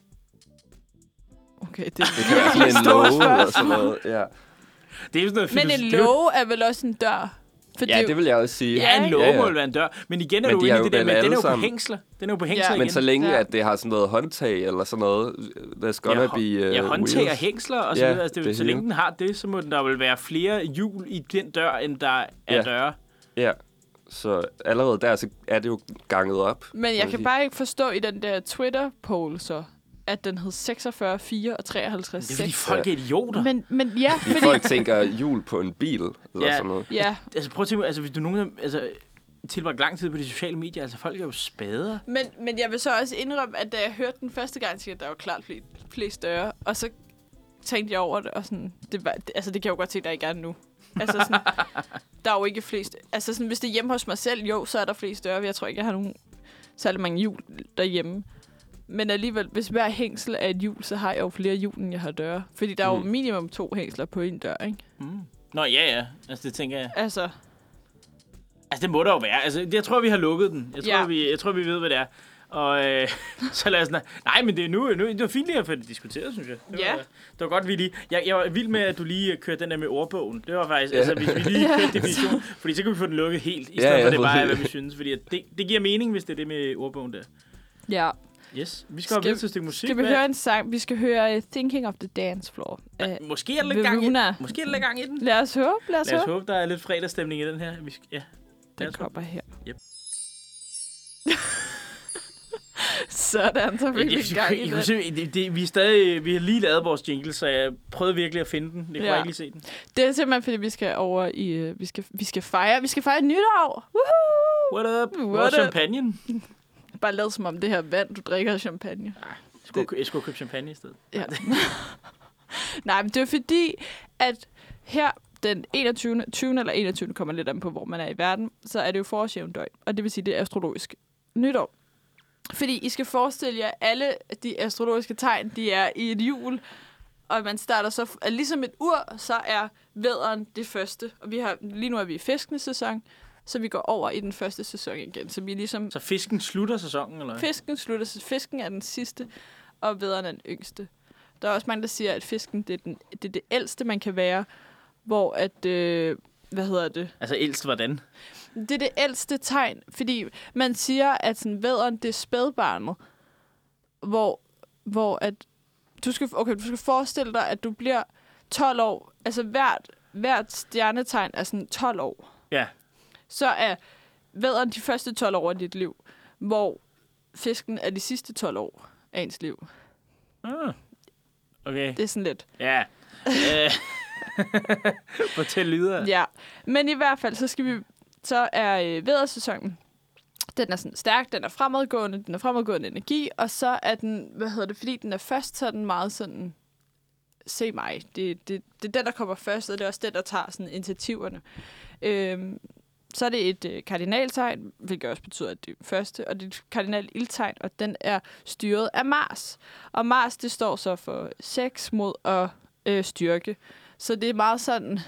Okay, det kan være sådan en låge eller sådan noget, ja. Det er jo sådan noget men en låge er vel også en dør? Det vil jeg også sige. Ja, en låge må vel være en dør. Men igen er du inde i det der, men den er jo på hængsler. Den er jo på hængsler igen. Men så længe, at det har sådan noget håndtag eller sådan noget, there's gonna be håndtag og hængsler og så videre. Altså, så længe den har det, så må der vel være flere hjul i den dør, end der er døre. Ja, så allerede der så er det jo ganget op. Men jeg kan bare ikke forstå i den der Twitter-poll så, at den hed 46, 4 og 53, 6. Det er fordi folk er idioter. Men ja, fordi... folk tænker hjul på en bil, eller sådan noget. Ja. Altså prøv at tænke, hvis du nogensinde tilbragt lang tid på de sociale medier, altså folk er jo spader. Men jeg vil så også indrømme, at da jeg hørte den første gang, at der var klart flest døre, og så tænkte jeg over det, og sådan, det kan jeg jo godt se, der ikke er nu. Altså sådan, der er jo ikke flest... Altså sådan, hvis det er hjemme hos mig selv, jo, så er der flest døre. Jeg tror ikke, jeg har nogen særlig mange hjul derhjemme. Men alligevel, hvis hver hængsel er et hjul, så har jeg jo flere hjul, end jeg har døre. Fordi der er jo minimum 2 hængsler på en dør, ikke? Nå, ja. Altså, det tænker jeg. Altså, det må der jo være. Altså, jeg tror, vi har lukket den. Jeg tror, vi ved, hvad det er. Og så lad os nej, men det er nu det var fint lige at få det diskuteret, synes jeg. Det var godt, vi lige... Jeg var vild med, at du lige kørte den der med ordbogen. Det var faktisk... Altså, hvis vi lige kørte definition, fordi så kan vi få den lukket helt, i stedet for det bare, hvad vi synes. Fordi det giver mening, hvis det er det med ordbogen der. Ja. Yes, vi skal videre til et stykke musik. Skal vi høre en sang? Vi skal høre Thinking of the Dance Floor. Måske er der lidt gang i den. Lad os håbe. Lad os håbe, der er lidt fredagsstemning i den her. Den kommer her. Yep. Sådan, så fik vi gang i det. Vi har lige lavet vores jingle, så jeg prøvede virkelig at finde den. Jeg kunne ikke lige se den. Det er simpelthen, fordi vi skal over i... Vi skal fejre nytår. Woohoo! What up? Hvor er champagne? Bare lad som om det her vand, du drikker af champagne. Jeg skulle købe champagne i stedet. Ja. Nej, men det er fordi, at her den 20. eller 21. kommer lidt an på, hvor man er i verden, så er det jo forårsjævndøgn. Og det vil sige, det er astrologisk nytår. Fordi I skal forestille jer, alle de astrologiske tegn, de er i et hjul, og man starter så, ligesom et ur, så er vædderen det første. Og lige nu er vi i fiskenes sæson, så vi går over i den første sæson igen. Så vi ligesom... Så fisken slutter sæsonen, eller? Fisken slutter, så fisken er den sidste, og vædderen er den yngste. Der er også mange, der siger, at fisken det er det ældste, man kan være, hvor at... hvad hedder det? Altså ældst hvordan? Det er det ældste tegn, fordi man siger, at sådan, vædderen, det er spædbarnet, hvor at... Du skal forestille dig, at du bliver 12 år. Altså hvert stjernetegn er sådan 12 år. Ja. Så er vædderen de første 12 år af dit liv, hvor fisken er de sidste 12 år af ens liv. Okay. Det er sådan lidt... Ja. Fortæl lyder. Ja, men i hvert fald, så er væddersæsonen, den er sådan stærk, den er fremadgående energi, og så er den, fordi den er først, så er den meget sådan, se mig, det er den, der kommer først, og det er også den, der tager sådan initiativerne. Så er det et kardinaltegn, hvilket også betyder, at det er første, og det er et kardinalt ildtegn, og den er styret af Mars. Og Mars, det står så for sex, mod og styrke. Så det er meget sådan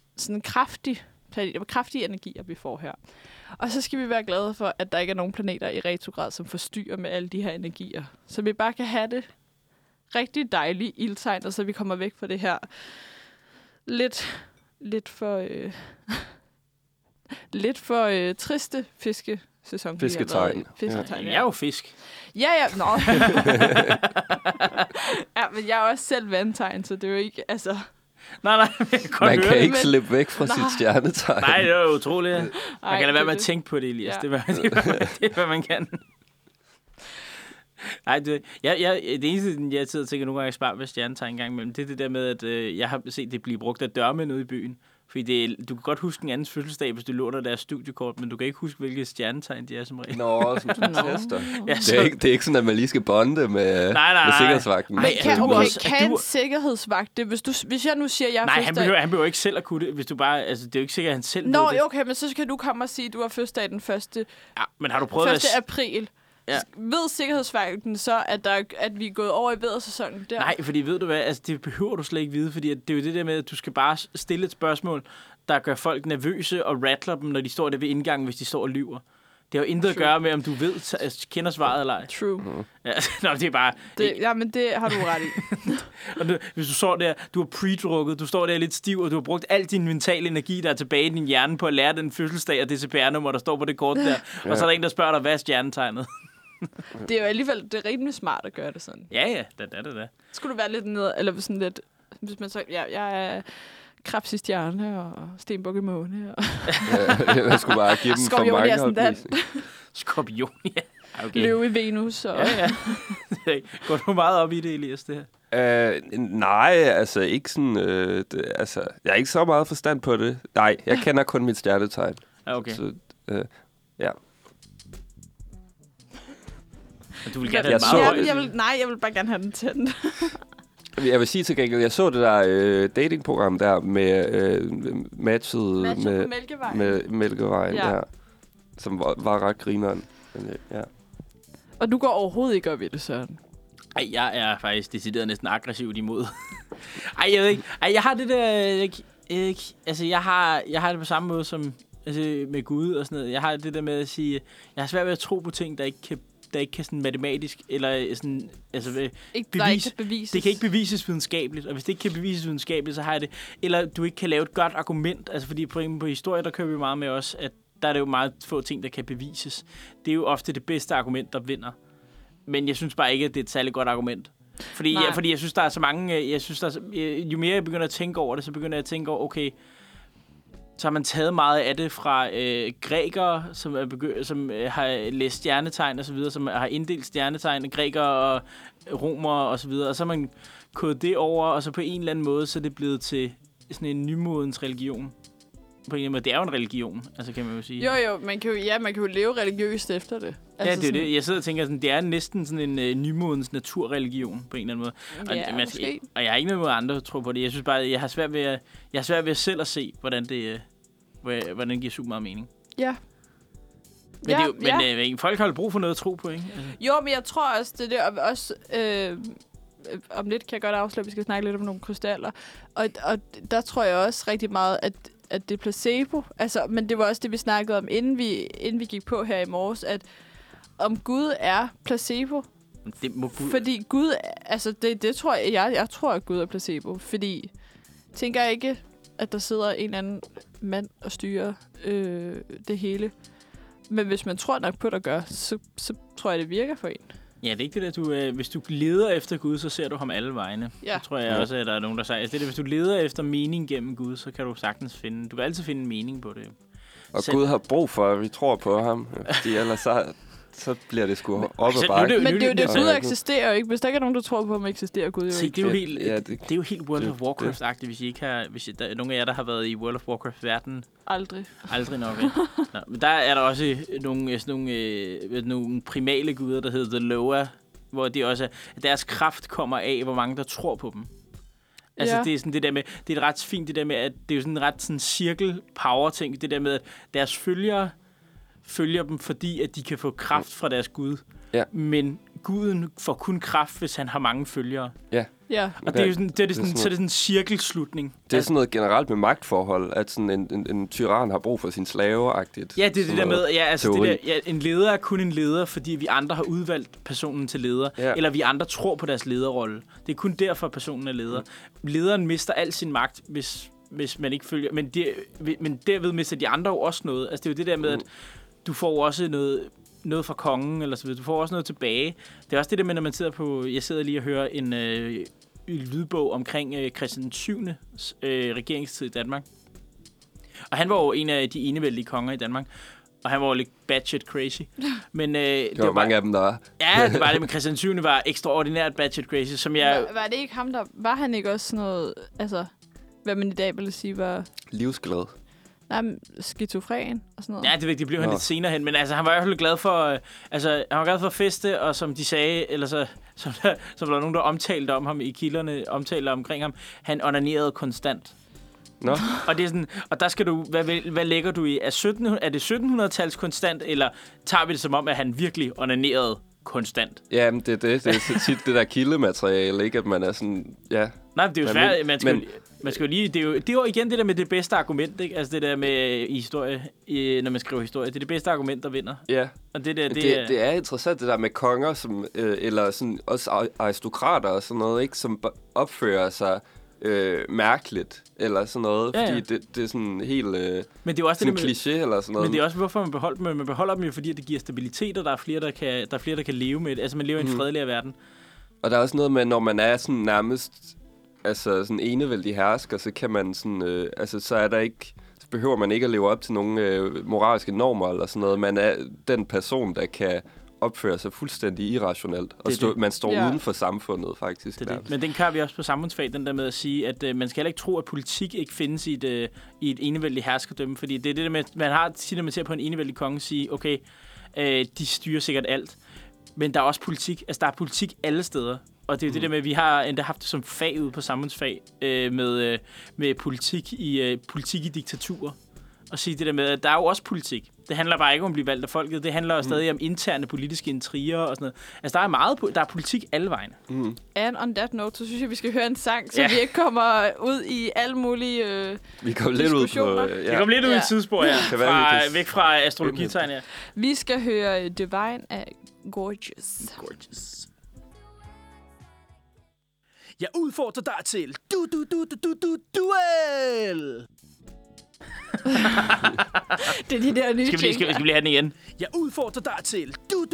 kraftige energier, vi får her. Og så skal vi være glade for, at der ikke er nogen planeter i retrograd, som forstyrrer med alle de her energier. Så vi bare kan have det rigtig dejlige ildtegn, og så vi kommer væk fra det her lidt for triste fiskesæson. Fisketegn. Fisketegn, ja. Jeg er jo fisk. Ja. Nå. Ja, men jeg er også selv vandtegn, så det er jo ikke, altså... Nej, man kan ikke slippe væk fra sit stjernetegn. Nej, det er jo utroligt. Man kan lade være med at tænke på det, Elias. Ja. Det er, hvad man kan. Nej, det eneste, jeg sidder og tænker, nogle gange jeg sparer med stjernetegn en gang imellem, det er det der med, at jeg har set det blive brugt af dørmænd ude i byen. Fordi du kan godt huske en andens fødselsdag, hvis du låner deres studiekort, men du kan ikke huske, hvilke stjernetegn de er som regel. Nå, som du tester. Ja, det er ikke sådan, at man lige skal bonde med sikkerhedsvagten. Men kan en sikkerhedsvagt det? Hvis jeg nu siger, at jeg har fødselsdag... Nej, han behøver ikke selv at kunne det, hvis du bare... Altså, det er jo ikke sikkert, at han selv ved det. Okay, men så kan du komme og sige, at du har fødselsdag den 1. Ja, men har du prøvet 1. april. Ja. Ved sikkerhedsvagten så, at vi er gået over i væddersæsonen der? Nej, fordi ved du hvad, altså, det behøver du slet ikke vide, fordi det er jo det der med, at du skal bare stille et spørgsmål, der gør folk nervøse og rattler dem, når de står der ved indgangen, hvis de står og lyver. Det har jo intet at gøre med, om du kender svaret eller ej. True. Ja, det er bare... men det har du ret i. Og hvis du står der, du har pre-drukket, du står der lidt stiv, og du har brugt al din mentale energi, der er tilbage i din hjerne på at lære den fødselsdag og det CPR-nummer, der står på det kort der. Og så er der en, der spørger dig, hvad er stjernetegnet? Det er jo alligevel det er rimelig smart at gøre det sådan. Ja, det. Skulle du være lidt ned, eller sådan lidt, hvis man så, jeg er Krebs i stjerne og Stenbuk i måne. Og jeg skulle bare give dem for mange oplysninger. Skorpion, ja. Okay. Løve i Venus. Og ja. Går du meget op i det, Elias, det her? Nej, altså ikke sådan... jeg har ikke så meget forstand på det. Nej, jeg kender kun mit stjernetegn. Okay. Så, ja. Du vil gerne have den meget jeg vil bare gerne have den tændt. Jeg vil sige til gengæld, jeg så det der datingprogram der med matchet med Mælkevejen der, som var ret grineren. Ja. Og du går overhovedet ikke op i det, Søren? Ej, jeg er faktisk decideret næsten aggressivt imod. Ej, jeg ved ikke. Ej, jeg har det der... altså, jeg har det på samme måde som med Gud og sådan noget. Jeg har det der med at sige... Jeg har svært ved at tro på ting, der ikke kan der ikke kan sådan matematisk, eller sådan, altså Der ikke kan bevises. Det kan ikke bevises videnskabeligt, og hvis det ikke kan bevises videnskabeligt, så har jeg det. Eller du ikke kan lave et godt argument, altså fordi på historie, der kører vi meget med os, at der er det jo meget få ting, der kan bevises. Det er jo ofte det bedste argument, der vinder. Men jeg synes bare ikke, at det er et særligt godt argument. Fordi jeg synes, der er så mange... jo mere jeg begynder at tænke over det, så begynder jeg at tænke over, okay, så har man taget meget af det fra grækere, som har læst stjernetegn og så videre, som har inddelt stjernetegn, grækere og romere og så videre, og så har man kodet det over, og så på en eller anden måde, så er det blevet til sådan en nymodens religion. På en eller anden måde. Det er jo en religion, altså kan man jo sige. Jo, man kan jo leve religiøst efter det. Altså ja, det er sådan... det. Jeg sidder og tænker, sådan, det er næsten sådan en nymodens naturreligion på en eller anden måde. Ja, måske. Og jeg har ikke noget mod andre, der tror på det. Jeg synes bare, jeg har svært ved selv at se, hvordan det giver super meget mening. Ja. Men folk har jo brug for noget at tro på, ikke? Altså. Jo, men jeg tror også, det der også... om lidt kan jeg godt afsløre, at vi skal snakke lidt om nogle krystaller. Og der tror jeg også rigtig meget, at det er placebo. Altså, men det var også det, vi snakkede om, inden vi gik på her i morges, at om Gud er placebo. Det må Gud... Fordi Gud... Altså, det tror jeg tror, at Gud er placebo. Fordi tænker jeg ikke, at der sidder en eller anden mand og styrer det hele. Men hvis man tror nok på, at der gør, så tror jeg, det virker for en. Ja, det er ikke det der, hvis du leder efter Gud, så ser du ham alle vegne. Ja. Det tror jeg også, at der er nogen, der siger. Altså, det er, hvis du leder efter mening gennem Gud, så kan du sagtens finde... Du kan altid finde mening på det. Og Gud har brug for, at vi tror på ham. Fordi ellers så bliver det sgu op ad bakke. Men det er jo det, Gud eksisterer jo ikke. Hvis der ikke er nogen, der tror på, at man eksisterer Gud jo ikke. Det er jo helt World of Warcraft-agtigt, hvis der er nogen af jer, der har været i World of Warcraft-verdenen. Aldrig nok, ikke? Nå, men der er der også nogle primale guder, der hedder The Loa, hvor det også er, at deres kraft kommer af, hvor mange der tror på dem. Altså, det er sådan det der med, det er ret fint det der med, at det er jo sådan en ret sådan cirkel-power-ting, det der med, at deres følgere følger dem, fordi at de kan få kraft fra deres gud. Ja. Men guden får kun kraft, hvis han har mange følgere. Ja. Ja. Og det er jo sådan, så er det sådan en cirkelslutning. Det er sådan noget generelt med magtforhold, at sådan en tyran har brug for sin slave-agtigt. Ja, det er det der med, en leder er kun en leder, fordi vi andre har udvalgt personen til leder, eller vi andre tror på deres lederrolle. Det er kun derfor, personen er leder. Lederen mister al sin magt, hvis man ikke følger, men derved mister de andre jo også noget. Altså det er jo det der med, at du får også noget fra kongen, eller så videre. Du får også noget tilbage. Det er også det der med, når man sidder på... Jeg sidder lige og hører en lydbog omkring Christian 7. Regeringstid i Danmark. Og han var jo en af de enevældige konger i Danmark. Og han var jo lidt batshit crazy. Men, det var mange af dem, der var. Ja, det var det, men Christian 7. var ekstraordinært batshit crazy, som jeg... Var det ikke ham, der... Var han ikke også sådan noget... Altså, hvad man i dag ville sige var... Livsglad. Nej, skizofren og sådan noget. Ja, det blev han lidt senere hen, men altså, han var i hvert fald glad for, han var glad for at feste, og som de sagde, eller så var der nogen, der omtalte om ham i kilderne, omtalte omkring ham, han onanerede konstant. Nå. Og det er sådan, og der skal du, hvad lægger du i? Er det 1700-tals konstant, eller tager vi det som om, at han virkelig onanerede konstant? Ja, men det er tit det der kildemateriale, ikke? At man er sådan, ja... Nej, det er jo svært, man skal jo lige, det er jo igen det der med det bedste argument, ikke? Altså det der med i historie, når man skriver historie, det er det bedste argument, der vinder. Ja, og det er interessant det der med konger, som, eller sådan, også aristokrater og sådan noget, ikke? Som opfører sig mærkeligt, eller sådan noget, ja. Fordi det er sådan helt men det er jo også sådan en kliché, eller sådan noget. Men det er også, hvorfor man beholder dem. Man beholder dem jo, fordi det giver stabilitet, og der er flere, der kan leve med det. Altså man lever i en fredeligere verden. Og der er også noget med, når man er sådan nærmest altså sådan enevældig hersker, så kan man sådan, så er der ikke, så behøver man ikke at leve op til nogle moralske normer eller sådan noget. Man er den person, der kan opføre sig fuldstændig irrationelt. Og man står uden for samfundet, faktisk. Det. Men den kan vi også på samfundsfag, den der med at sige, at man skal heller ikke tro, at politik ikke findes i et enevældig herskerdømme. Fordi det er det der med, man har tit, når man ser på en enevældig konge, sige, okay, de styrer sikkert alt. Men der er også politik. Altså, der er politik alle steder. Og det er jo det der med, at vi har endda haft det som fag ude på samfundsfag med politik i diktaturer. at sige det der med, at der er jo også politik. Det handler bare ikke om at blive valgt af folket. Det handler jo stadig om interne politiske intriger og sådan noget. Altså, der er politik alle vejen. And on that note, så synes jeg, vi skal høre en sang, så vi ikke kommer ud i alle mulige Vi kommer lidt ud på... Det kommer lidt ud i et tidsspor, væk fra astrologitegn, ja. Vi skal høre Divine af Gorgeous. Jeg udfordrer dig til duel. Det er de der nye Skal vi lige have den igen? Jeg udfordrer dig til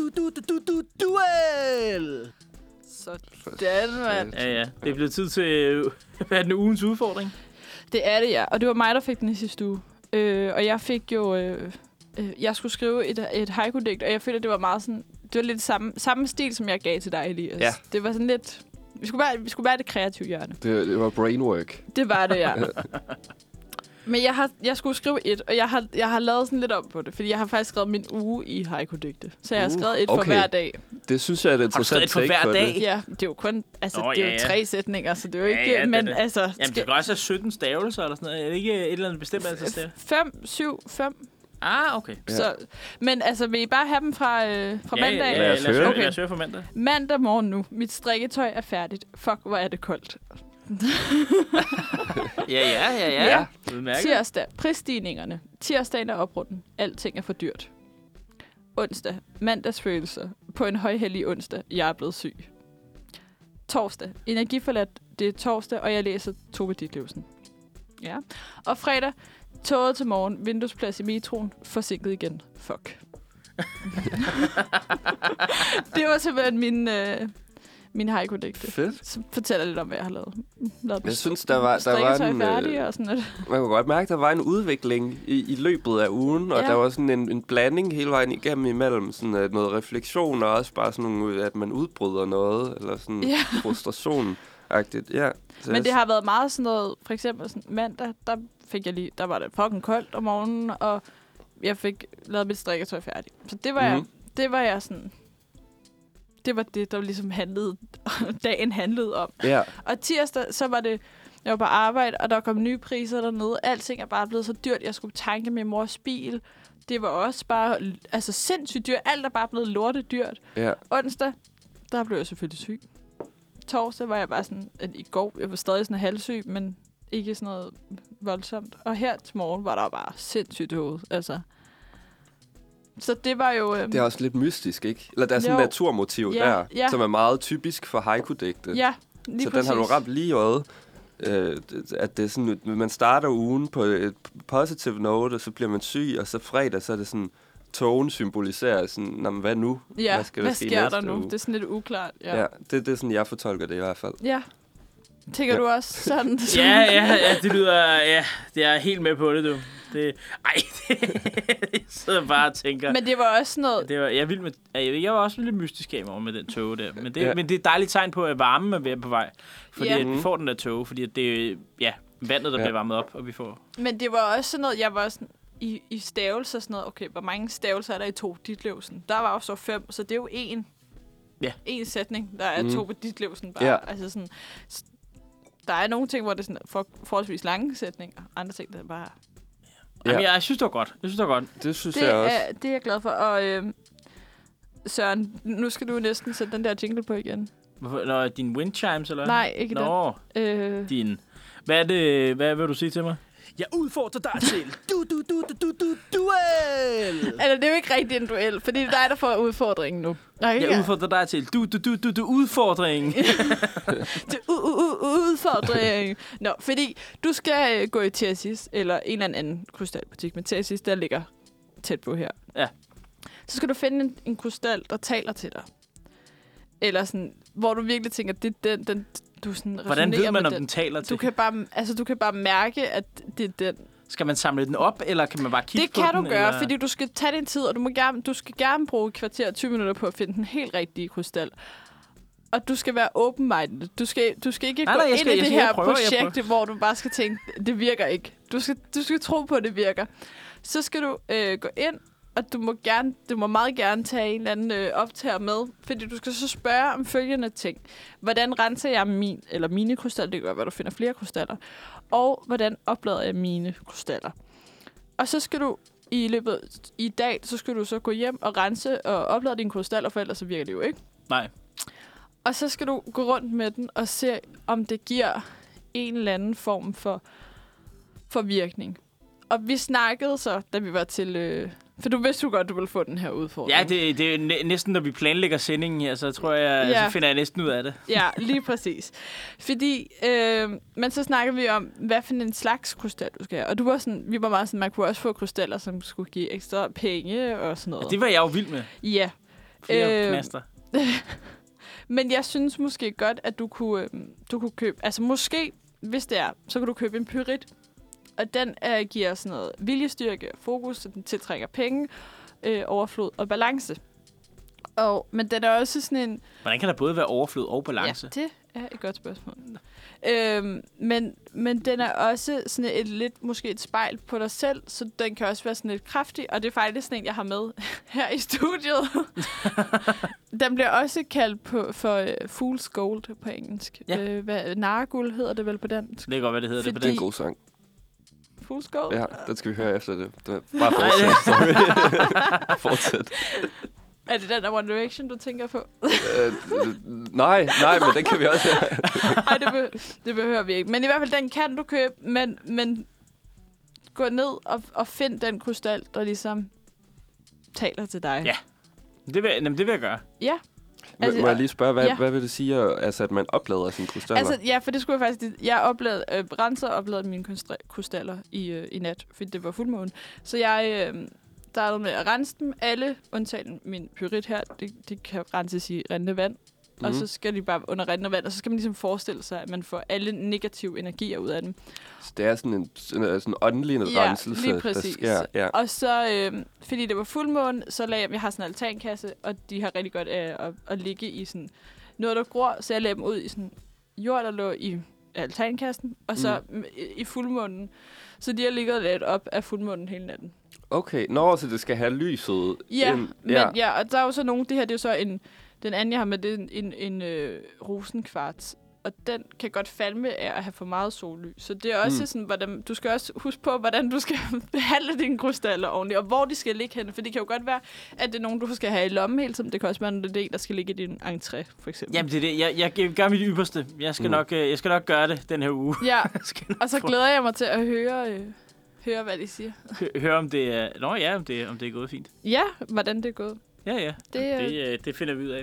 duel. Sådan, mand. Ja. Det er blevet tid til hvad er den ugens udfordring. Det er det, ja. Og det var mig, der fik den i sidste uge. Og jeg fik jo... jeg skulle skrive et haiku-digt, og jeg følte, at det var meget sådan... Det var lidt samme stil, som jeg gav til dig, Elias. Ja. Det var sådan lidt... Vi skulle være det kreative hjørne. Det var brainwork. Det var det, ja. Men jeg skulle skrive et, og jeg har lavet sådan lidt om på det, fordi jeg har faktisk skrevet min uge i haiku-digte. Så jeg har skrevet et for hver dag. Det synes jeg er et interessant take på det. Ja, det er jo kun det er jo 3 sætninger, så det er jo ikke... Ja, men altså... Jamen, det kan også have 17 stavelser eller sådan noget. Er det ikke et eller andet bestemt antal stavelser? 5, 7, 5. Ah, okay. Ja. Så, men altså, vil I bare have dem fra mandag? Ja, lad os høre fra mandag. Mandag morgen nu. Mit strikketøj er færdigt. Fuck, hvor er det koldt. Ja. Tirsdag. Prisstigningerne. Tirsdagen er oprunden. Alting er for dyrt. Onsdag. Mandagsfølelser. På en højhellig onsdag. Jeg er blevet syg. Torsdag. Energiforladt. Det er torsdag, og jeg læser Tove Ditlevsen. Ja. Og fredag. Toget til morgen. Vinduesplads i metroen. Forsinket igen. Fuck. Det var simpelthen min haiku-digte. Fedt. Så fortæller lidt om, hvad jeg har lavet. Jeg synes, der var en... Færdig og sådan noget. Man kunne godt mærke, at der var en udvikling i løbet af ugen, og der var sådan en blanding hele vejen igennem imellem sådan noget refleksion, og også bare sådan nogle, at man udbryder noget, eller sådan frustration-agtigt. Ja. Men det har været meget sådan noget, for eksempel sådan mandag, der var det fucking koldt om morgenen, og jeg fik lavet mit strikketøj færdigt. Så det var jeg sådan... Det var det, der ligesom dagen handlede om. Ja. Og tirsdag, så var det, jeg var på arbejde, og der kom nye priser dernede. Alting er bare blevet så dyrt. Jeg skulle tanke min mors bil. Det var også bare sindssygt dyrt. Alt er bare blevet lortedyrt. Ja. Onsdag, der blev jeg selvfølgelig syg. Torsdag var jeg bare sådan, at i går, jeg var stadig sådan halvsyg, men ikke sådan noget voldsomt. Og her til morgen var der bare sindssygt hoved. Så det var jo... Det er også lidt mystisk, ikke? Eller der er sådan et naturmotiv som er meget typisk for haiku-digte. Ja, lige så præcis. Den har du ramt lige i øjet. At det er sådan, man starter ugen på et positive note, og så bliver man syg, og så fredag, så er det sådan, togen symboliserer sådan, hvad nu? Ja, hvad sker der nu? Uge? Det er sådan lidt uklart. Ja, det er sådan, jeg fortolker det i hvert fald. Ja. Tænker du også sådan? Ja, det lyder... Ja, det er helt med på det, du. Jeg sidder bare og tænker... Men det var også sådan noget... Jeg var også lidt mystisk af mig med den tåge der. Men det er et dejligt tegn på, at varmen er ved på vej. Fordi at vi får den der tåge. Fordi at det er vandet, der bliver varmet op, og vi får... Men det var også sådan noget... Jeg var sådan... I stavelser sådan noget... Okay, hvor mange stavelser er der i Tove Ditlevsen? Der var jo så 5, så det er jo en sætning, der er Tove Ditlevsen bare. Ja. Altså sådan... Der er nogle ting, hvor det er sådan forholdsvis lange sætninger. Andre ting, der er bare... Jamen, jeg synes, det var godt. Det synes jeg også. Det er jeg glad for. Og Søren, nu skal du næsten sætte den der jingle på igen. Hvorfor? Din wind chimes, eller? Nej, ikke den. Din... Hvad er det? Hvad vil du sige til mig? Jeg udfordrer dig til duel! Altså, det er jo ikke rigtig en duel, fordi det er dig, der får udfordringen nu. Jeg udfordrer dig til udfordringen. Udfordring. Nå, fordi du skal gå i Theasis, eller en eller anden krystalbutik, men Theasis, der ligger tæt på her. Ja. Så skal du finde en krystal, der taler til dig. Eller sådan, hvor du virkelig tænker, det er den du sådan hvordan ved man, om den taler til? Du kan bare mærke, at det er den. Skal man samle den op, eller kan man bare kigge på den? Det kan du gøre, eller? fordi du skal tage din tid, og du skal gerne bruge et kvarter 20 minutter på at finde den helt rigtige krystal. Og du skal være open-minded. Du skal ikke gå ind i det her projekt, hvor du bare skal tænke, det virker ikke. Du skal tro på, at det virker. Så skal du gå ind, og du må meget gerne tage en eller anden optager med, fordi du skal så spørge om følgende ting. Hvordan renser jeg mine krystaller? Det gør, at du finder flere krystaller. Og hvordan oplader jeg mine krystaller? Og så skal du i dag, så skal du så gå hjem og rense og oplade dine krystaller, for ellers så virker det jo ikke. Nej. Og så skal du gå rundt med den og se, om det giver en eller anden form for virkning. Og vi snakkede så, da vi var til... for du vidste jo godt, du ville få den her udfordring. Ja, det er næsten, når vi planlægger sendingen her, så tror jeg, så finder jeg næsten ud af det. Ja, lige præcis. Fordi, men så snakker vi om, hvad for en slags krystal du skal have. Og du var sådan, vi var meget sådan, man kunne også få krystaller, som skulle give ekstra penge og sådan noget. Og det var jeg jo vild med. Ja. Flere knaster. Men jeg synes måske godt, at du kunne købe... Altså måske, hvis det er, så kan du købe en pyrit. Og den giver sådan noget viljestyrke og fokus, så den tiltrækker penge, overflod og balance. Men den er også sådan en... Hvordan kan der både være overflod og balance? Ja, det er et godt spørgsmål. Men den er også sådan måske et spejl på dig selv, så den kan også være sådan lidt kraftig, og det er faktisk sådan en, jeg har med her i studiet. Den bliver også kaldt for Fool's Gold på engelsk. Ja. Narguld hedder det vel på dansk. Det kan godt være, det hedder det på Det er en dansk. god sang. Fool's Gold? Ja, den skal vi høre efter det. Bare fortsæt. Fortsæt. Er det den af One Direction, du tænker på? Nej, men den kan vi også høre. Nej, det behøver vi ikke. Men i hvert fald, den kan du købe, men gå ned og find den krystal, der ligesom taler til dig. Ja, det vil jeg gøre. Ja. Altså, må jeg lige spørge, hvad vil det sige, altså, at man oplader sine krystaller? Altså, ja, for det skulle jeg faktisk... Jeg opladede mine krystaller i nat, fordi det var fuldmåne. Så jeg startede med at rense dem. Alle, undtagen min pyrit her, det kan renses i rindende vand. Og så skal de bare under rindende vand, og så skal man ligesom forestille sig, at man får alle negative energier ud af dem. Så det er sådan en åndelig renselse, lige præcis. der sker. Ja. Og så, fordi det var fuldmåne, så lagde jeg har sådan en altankasse, og de har rigtig godt af at ligge i sådan noget, der gror, så jeg lagde dem ud i sådan jord, der lå i altankassen, og så i fuldmånen. Så de har ligget lidt op af fuldmånen hele natten. Okay, så det skal have lyset ind. Ja, og der er jo så nogle, det her, det er jo så den anden, jeg har med, det er en rosenkvarts. Og den kan godt falme af at have for meget sollys. Så det er også sådan, hvordan, du skal også huske på, hvordan du skal behandle dine krystaller ordentligt, og hvor de skal ligge henne. For det kan jo godt være, at det er nogen, du skal have i lommen hele tiden. Det kan også være en der skal ligge i din entré, for eksempel. Jamen, det er det. Jeg gør mit ypperste. Jeg skal nok gøre det den her uge. Ja, og så glæder jeg mig til at høre hvad de siger. Høre om det er... om det er gået fint. Ja, hvordan det er gået. Ja. Det finder vi ud af.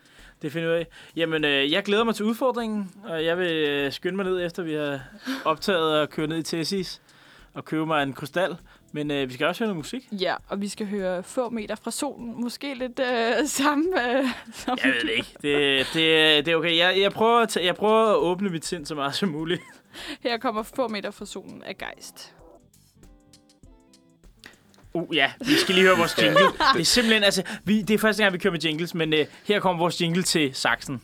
Jamen, jeg glæder mig til udfordringen, og jeg vil skynde mig ned, efter vi har optaget og kørt ned i Tessis og købe mig en krystal. Men vi skal også høre noget musik. Ja, og vi skal høre Få meter fra solen. Måske lidt samme... Jeg ved det ikke. Det er okay. Jeg prøver at åbne mit sind så meget som muligt. Her kommer Få meter fra solen af Geist. Ja, vi skal lige høre vores jingle. Det er simpelthen, altså, det er første gang, vi kører med jingles, men her kommer vores jingle til Saxen.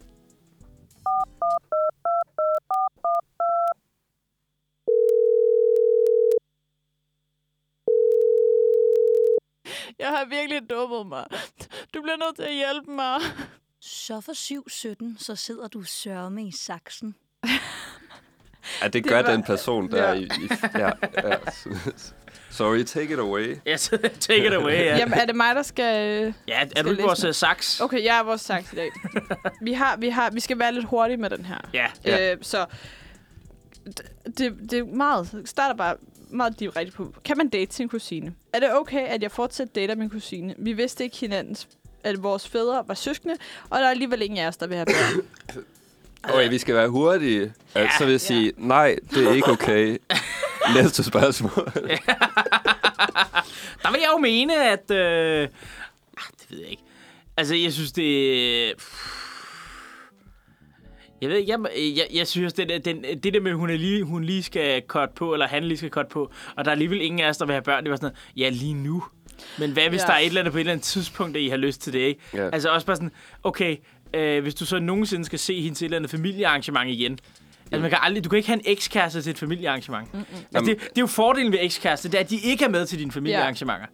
Jeg har virkelig dummet mig. Du bliver nødt til at hjælpe mig. Så for 7:17, så sidder du sørme i saksen. Ja, det gør den person, der er i Sorry, take it away. Yes, take it away, ja. Jamen, er det mig, der skal... Ja, er du ikke vores saks? Okay, jeg er vores saks i dag. Vi skal være lidt hurtige med den her. Ja. Så det er meget... Starter bare meget direkte på. Kan man date sin kusine? Er det okay, at jeg fortsat dater min kusine? Vi vidste ikke hinandens... At vores fædre var søskende, og der er alligevel ingen af os, der vil have børn. Okay, vi skal være hurtige. Så vil jeg sige, nej, det er ikke okay. Næste spørgsmål. Der vil jeg jo mene, at... det ved jeg ikke. Altså, jeg synes, det... Jeg ved ikke, jeg synes, det der med, hun lige skal cutte på, eller han lige skal cutte på, og der er alligevel ingen af os, der vil have børn, det var sådan noget, ja, lige nu. Men hvad hvis der er et eller andet på et eller andet tidspunkt, at I har lyst til det, ikke? Ja. Altså også bare sådan, okay, hvis du så nogensinde skal se hende til et eller andet familiearrangement igen, altså du kan ikke have en ekskæreste til et familiearrangement. Altså, det er jo fordelen ved ekskæreste, det er, at de ikke er med til dine familiearrangementer.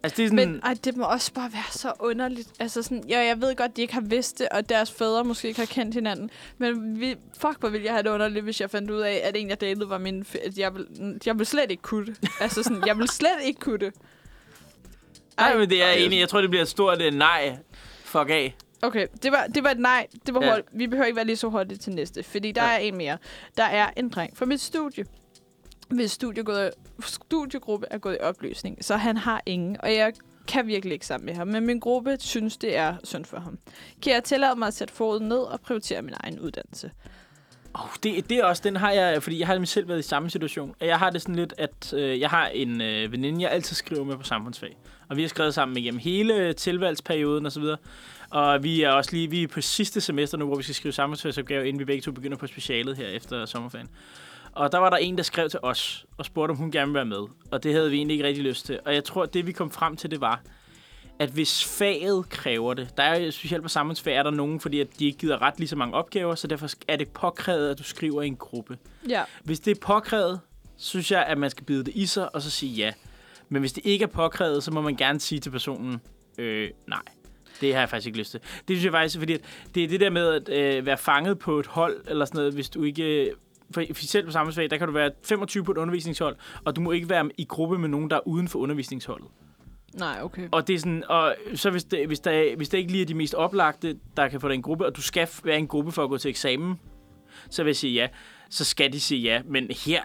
Altså, det er sådan... Men det må også bare være så underligt. Altså sådan, jeg ved godt, de ikke har vidst det, og deres fædre måske ikke har kendt hinanden. Men hvor ville jeg have det underligt, hvis jeg fandt ud af, at en, jeg datede, var min... At jeg vil slet ikke kunne det. Altså sådan, jeg vil slet ikke kunne det. Nej, men det er enig. Jeg tror, det bliver et stort nej. Fuck af. Okay, det var et nej. Det var hold. Vi behøver ikke være lige så hurtigt til næste, fordi der er en mere. Der er en dreng fra mit studie. Hvis studiegruppe er gået i opløsning, så han har ingen, og jeg kan virkelig ikke sammen med ham. Men min gruppe synes, det er synd for ham. Kan jeg tillade mig at sætte foden ned og prioritere min egen uddannelse? Det er også, den har jeg, fordi jeg har selv været i samme situation. Jeg har det sådan lidt, at jeg har en veninde, jeg altid skriver med på samfundsfag. Og vi har skrevet sammen igennem hele tilvalgsperioden osv. Og vi er også vi er på sidste semester nu, hvor vi skal skrive samfundsfagsopgave, inden vi begge to begynder på specialet her efter sommerferien. Og der var der en, der skrev til os og spurgte, om hun gerne ville være med. Og det havde vi egentlig ikke rigtig lyst til. Og jeg tror, at det vi kom frem til, det var, at hvis faget kræver det, der er jo specielt på samfundsfag, er der nogen, fordi at de ikke gider ret lige så mange opgaver, så derfor er det påkrævet, at du skriver i en gruppe. Ja. Hvis det er påkrævet, så synes jeg, at man skal bide det i sig og så sige ja. Men hvis det ikke er påkrævet, så må man gerne sige til personen, nej. Det har jeg faktisk ikke lyst til. Det synes jeg faktisk, fordi det er det der med at være fanget på et hold, eller sådan noget, hvis du ikke... For selv på samfundsfag, der kan du være 25 på et undervisningshold, og du må ikke være i gruppe med nogen, der er uden for undervisningsholdet. Nej, okay. Og det er sådan, og så hvis der ikke lige er de mest oplagte, der kan få dig en gruppe, og du skal være i en gruppe for at gå til eksamen, så vil jeg sige ja. Så skal de sige ja. Men her,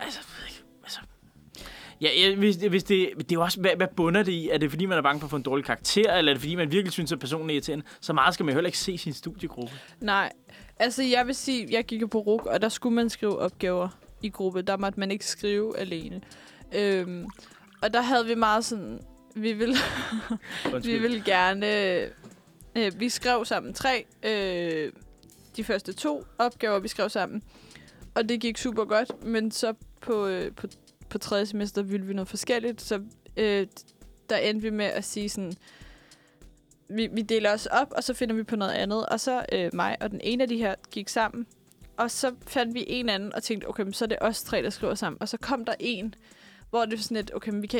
hvis det er jo også, hvad bunder det i? Er det fordi, man er bange for at få en dårlig karakter, eller er det fordi, man virkelig synes, at personen er irriterende? Så meget skal man heller ikke se sin studiegruppe. Nej, altså jeg vil sige, jeg gik på RUC, og der skulle man skrive opgaver i gruppe. Der måtte man ikke skrive alene. Og der havde vi meget sådan, vi ville gerne, vi skrev sammen 3, de første 2 opgaver, vi skrev sammen. Og det gik super godt, men så på 3. semester ville vi noget forskelligt, så der endte vi med at sige sådan, vi deler os op, og så finder vi på noget andet. Og så mig og den ene af de her gik sammen, og så fandt vi en anden og tænkte, okay, så er det os 3, der skriver sammen. Og så kom der en, hvor det var sådan lidt, okay, men vi kan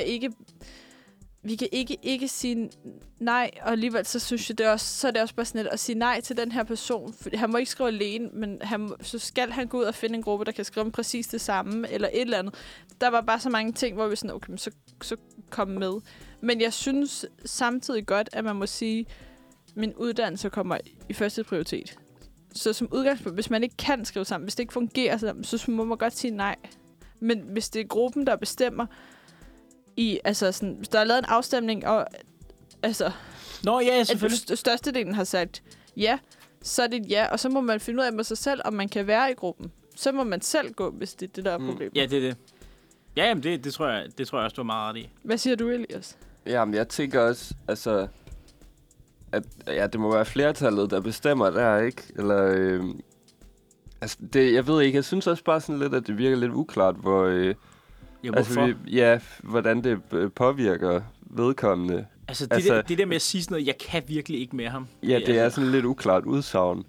ikke sige nej, og alligevel så synes jeg, så er det også bare sådan lidt at sige nej til den her person. For han må ikke skrive alene, men så skal han gå ud og finde en gruppe, der kan skrive om præcis det samme, eller et eller andet. Der var bare så mange ting, hvor vi sådan, okay, så kom med. Men jeg synes samtidig godt, at man må sige, at min uddannelse kommer i første prioritet. Så som udgangspunkt, hvis man ikke kan skrive sammen, hvis det ikke fungerer sammen, så må man godt sige nej. Men hvis det er gruppen, der bestemmer, sådan, hvis der er lavet en afstemning, og ja, selvfølgelig. At størstedelen har sagt ja, så er det et ja, og så må man finde ud af med sig selv, om man kan være i gruppen. Så må man selv gå, hvis det er det, der er problemet. Ja, det er det. Ja, jamen det tror jeg også, du har meget ret i. Hvad siger du, Elias? Jamen, jeg tænker også, at det må være flertallet, der bestemmer der, ikke? Eller, jeg ved ikke, jeg synes også bare sådan lidt, at det virker lidt uklart, hvor... hvordan det påvirker vedkommende. Det der med at sige sådan noget, jeg kan virkelig ikke med ham. Ja, det er sådan lidt uklart udsagn.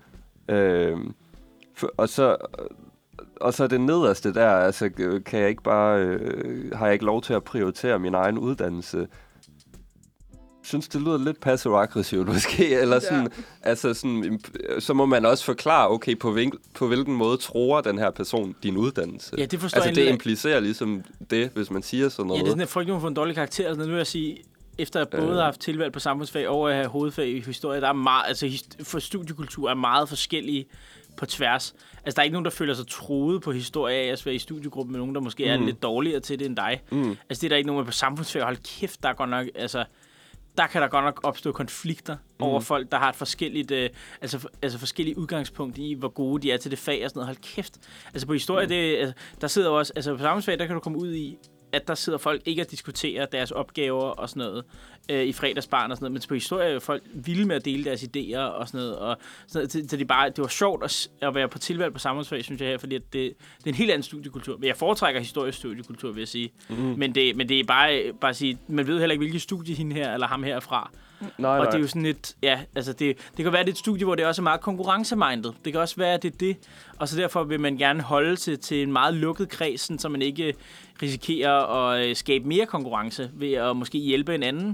Og så det nederste der, kan jeg ikke bare, har jeg ikke lov til at prioritere min egen uddannelse. Synes det lyder lidt passiv-aggressivt måske, eller sådan, så må man også forklare, okay, på hvilken måde tror den her person din uddannelse. Ja, det forstår jeg. Det implicerer ligesom det, hvis man siger sådan noget. Ja, det er sådan, at folk må få en dårlig karakter. Nu vil jeg sige, efter at både har haft tilvalg på samfundsfag og at have hovedfag i historie, der er meget, for studiekultur er meget forskellige på tværs. Altså, der er ikke nogen, der føler sig troet på historie af at være i studiegruppen med nogen, der måske er lidt dårligere til det end dig. Altså, det er der ikke nogen på samfundsfag. Hold kæft, der er godt nok, der kan der godt nok opstå konflikter over folk, der har et forskelligt, forskellige udgangspunkt i, hvor gode de er til det fag og sådan noget. Hold kæft. Altså på historie, der sidder også, på samfundsfag, der kan du komme ud i, at der sidder folk ikke at diskutere deres opgaver og sådan noget i fredagsbarn og sådan noget, men på historie er folk vilde med at dele deres idéer og sådan noget, og så det var sjovt at være på tilvalg på samfundsfag, synes jeg her, fordi det er en helt anden studiekultur. Men jeg foretrækker historisk studiekultur, vil jeg sige. Men det er bare at sige, man ved heller ikke, hvilket studie hende her eller ham herfra. Nej. Og det er jo sådan et, det kan være, det er et studie, hvor det også er meget konkurrencemindet. Det kan også være, at det er det. Og så derfor vil man gerne holde til en meget lukket kreds, så man ikke risikerer at skabe mere konkurrence ved at måske hjælpe en anden.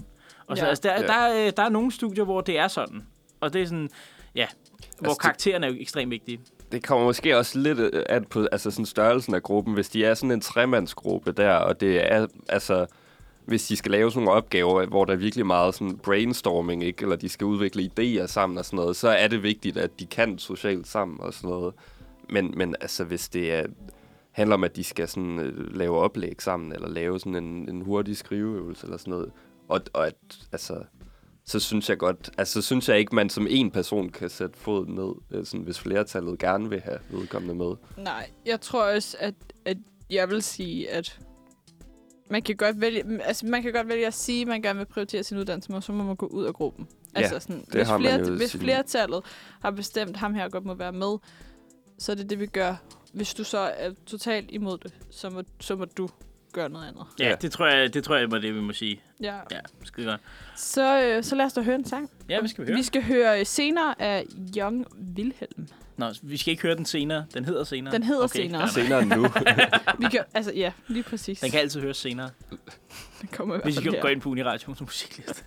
Og så, altså, der er nogle studier, hvor det er sådan. Og det er sådan, hvor altså, karaktererne er jo ekstremt vigtige. Det kommer måske også lidt an på altså sådan størrelsen af gruppen. Hvis de er sådan en tremandsgruppe der, og det er altså... Hvis de skal lave sådan nogle opgaver, hvor der er virkelig meget sådan brainstorming, ikke? Eller de skal udvikle idéer sammen og sådan noget, så er det vigtigt, at de kan socialt sammen og sådan noget. Men altså, hvis det handler om, at de skal sådan lave oplæg sammen, eller lave sådan en hurtig skriveøvelse eller sådan noget, og at, altså, så synes jeg godt, altså, så synes jeg ikke, man som en person kan sætte foden ned, sådan, hvis flertallet gerne vil have vedkommende med. Nej, jeg tror også, at jeg vil sige, at man kan godt vælge at sige, at man gerne vil prioritere sin uddannelse, men så må man gå ud af gruppen. Ja, altså sådan, hvis flertallet har bestemt, ham her godt må være med, så er det vi gør. Hvis du så er totalt imod det, så må du gøre noget andet. Ja, det tror jeg var det, vi må sige. Ja, skide godt. Så lad os da høre en sang. Ja, hvad skal vi høre? Vi skal høre Senere af Young Wilhelm. Nå, vi skal ikke høre den senere. Den hedder Senere. Den hedder Senere. Senere end nu. Vi kan, altså, ja, lige præcis. Den kan altid høres senere. Den kommer i hvert Hvis fald I her. går ind på Uniradio som musikliste.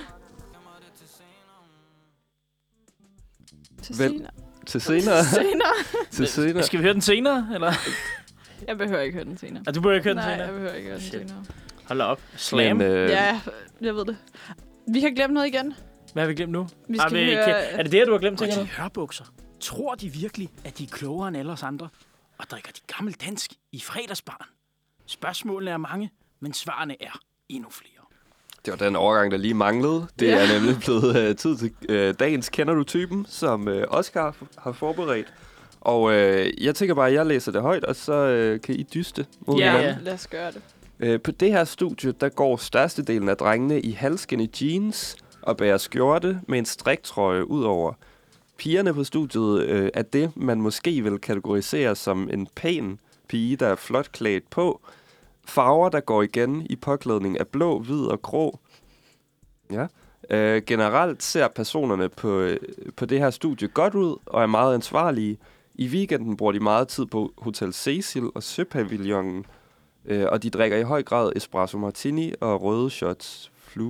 Til senere. Til senere. Til senere. Skal vi høre den senere, eller? Jeg behøver ikke høre den senere. Du behøver ikke høre den Nej, senere? jeg behøver ikke høre den senere. Hold da op. Slam. Ja, jeg ved det. Vi har glemt noget igen. Hvad har vi glemt nu? Vi skal høre... Er det det, du har glemt, tænker Og du? de hørbukser. Tror de virkelig, at de er klogere end alle os andre? Og drikker de gammel dansk i fredagsbaren? Spørgsmålene er mange, men svarene er endnu flere. Det var den overgang, der lige manglede. Det er nemlig blevet tid til dagens Kender du typen, som Oscar har forberedt. Og jeg tænker bare, at jeg læser det højt, og så kan I dyste mod hinanden. Ja, lad os gøre det. På det her studie, der går størstedelen af drengene i halsskende jeans og bærer skjorte med en striktrøje ud over. Pigerne på studiet er det, man måske vil kategorisere som en pæn pige, der er flot klædt på. Farver, der går igen i påklædning af blå, hvid og grå. Ja. Generelt ser personerne på det her studie godt ud og er meget ansvarlige. I weekenden bruger de meget tid på Hotel Cecil og Søpavillonen, og de drikker i høj grad espresso martini og røde shots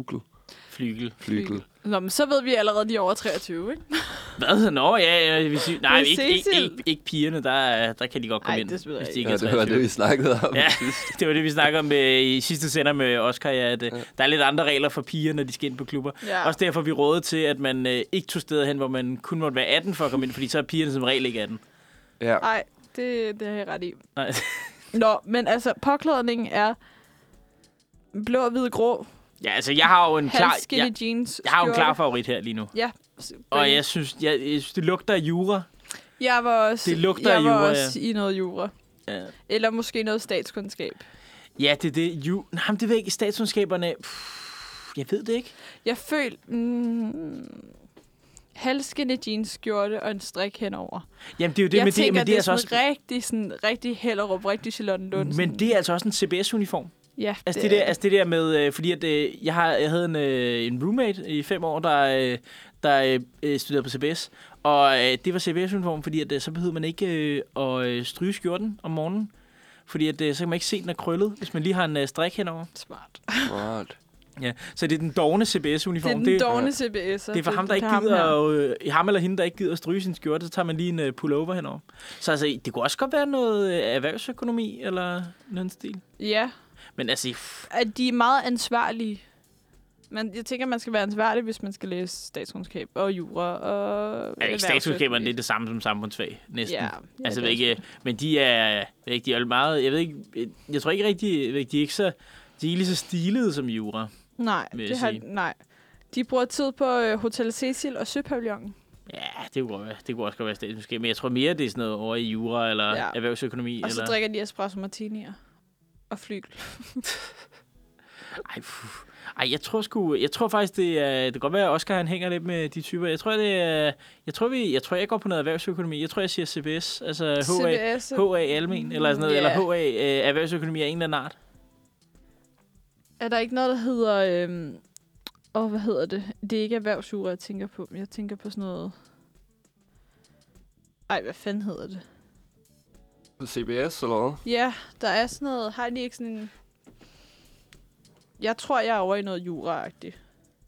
flygel. Nå, men så ved vi allerede, de er over 23, ikke? Hvad? Nå, ja. Nej, Cecil. ikke pigerne. Der kan de godt komme ind. Det ved jeg hvis de ikke. ikke er Det var 23. det, vi snakkede om. Ja, det var det, vi snakkede om i sidste sender med Oscar, at der er lidt andre regler for piger, når de skal ind på klubber. Ja. Også derfor vi rådede til, at man ikke tog steder hen, hvor man kun måtte være 18 for at komme ind, fordi så er pigerne som regel ikke 18. Ja. Nej, det har jeg ret i. Nej. Nå, men altså, påklædningen er blå, hvid, grå. Ja, altså jeg har jo en klar... jeans. Jeg har jo en klar favorit her lige nu. Ja. Og jeg synes, det lugter af jura. Jeg var også, det lugter af jura, også i noget jura. Ja. Eller måske noget statskundskab. Ja, det er det. Nej, men det ved jeg ikke. Statskundskaberne... Jeg ved det ikke. Jeg føler... halsskende jeans, skjorte og en strik henover. Jamen, det er jo det, jeg men tænker, det er altså også rigtig Hellerup, rigtig Charlottenlund. Men det er altså også en CBS-uniform. Ja, altså det der med, fordi at jeg havde en roommate i 5 år, der studerede på CBS, og det var CBS-uniform, fordi at så behøvede man ikke at stryge skjorten om morgenen, fordi at så kan man ikke se, den er krøllet, hvis man lige har en strik henover. Smart. Ja, så det er den dovne CBS-uniform. Det er den dovne CBS'er. Det er for ham, der ikke gider ham eller hende, der ikke gider at stryge sin skjorte, så tager man lige en pullover henover. Så altså, det kunne også godt være noget erhvervsøkonomi eller noget stil. Ja. Men altså... At de er meget ansvarlige. Men jeg tænker, man skal være ansvarlig, hvis man skal læse statskundskab og jura og... Ja, statskundskaberne er det samme som samfundsfag, næsten. Ja, altså, ikke, men de er meget... Jeg ved ikke... Jeg tror ikke rigtig... De er ikke lige så stilede som jura. Nej, nej. De bruger tid på Hotel Cecil og Søpavillonen. Ja, det kunne også godt være statskundskab. Men jeg tror mere, det er sådan noget over i jura eller erhvervsøkonomi. Og så drikker de espresso martinier. Og flygel. Ej, jeg tror faktisk, det kan godt være, at Oscar han hænger lidt med de typer. Jeg går på noget erhvervsøkonomi. Jeg tror, jeg siger CBS. Altså HA Almen, eller sådan noget. Eller HA erhvervsøkonomi af en eller anden art. Er der ikke noget, der hedder... hvad hedder det? Det er ikke erhvervsjura, jeg tænker på. Jeg tænker på sådan noget... Ej, hvad fanden hedder det? På CBS, eller hvad? Ja, der er sådan noget... Har de ikke sådan en... Jeg tror, jeg er over i noget jura-agtigt.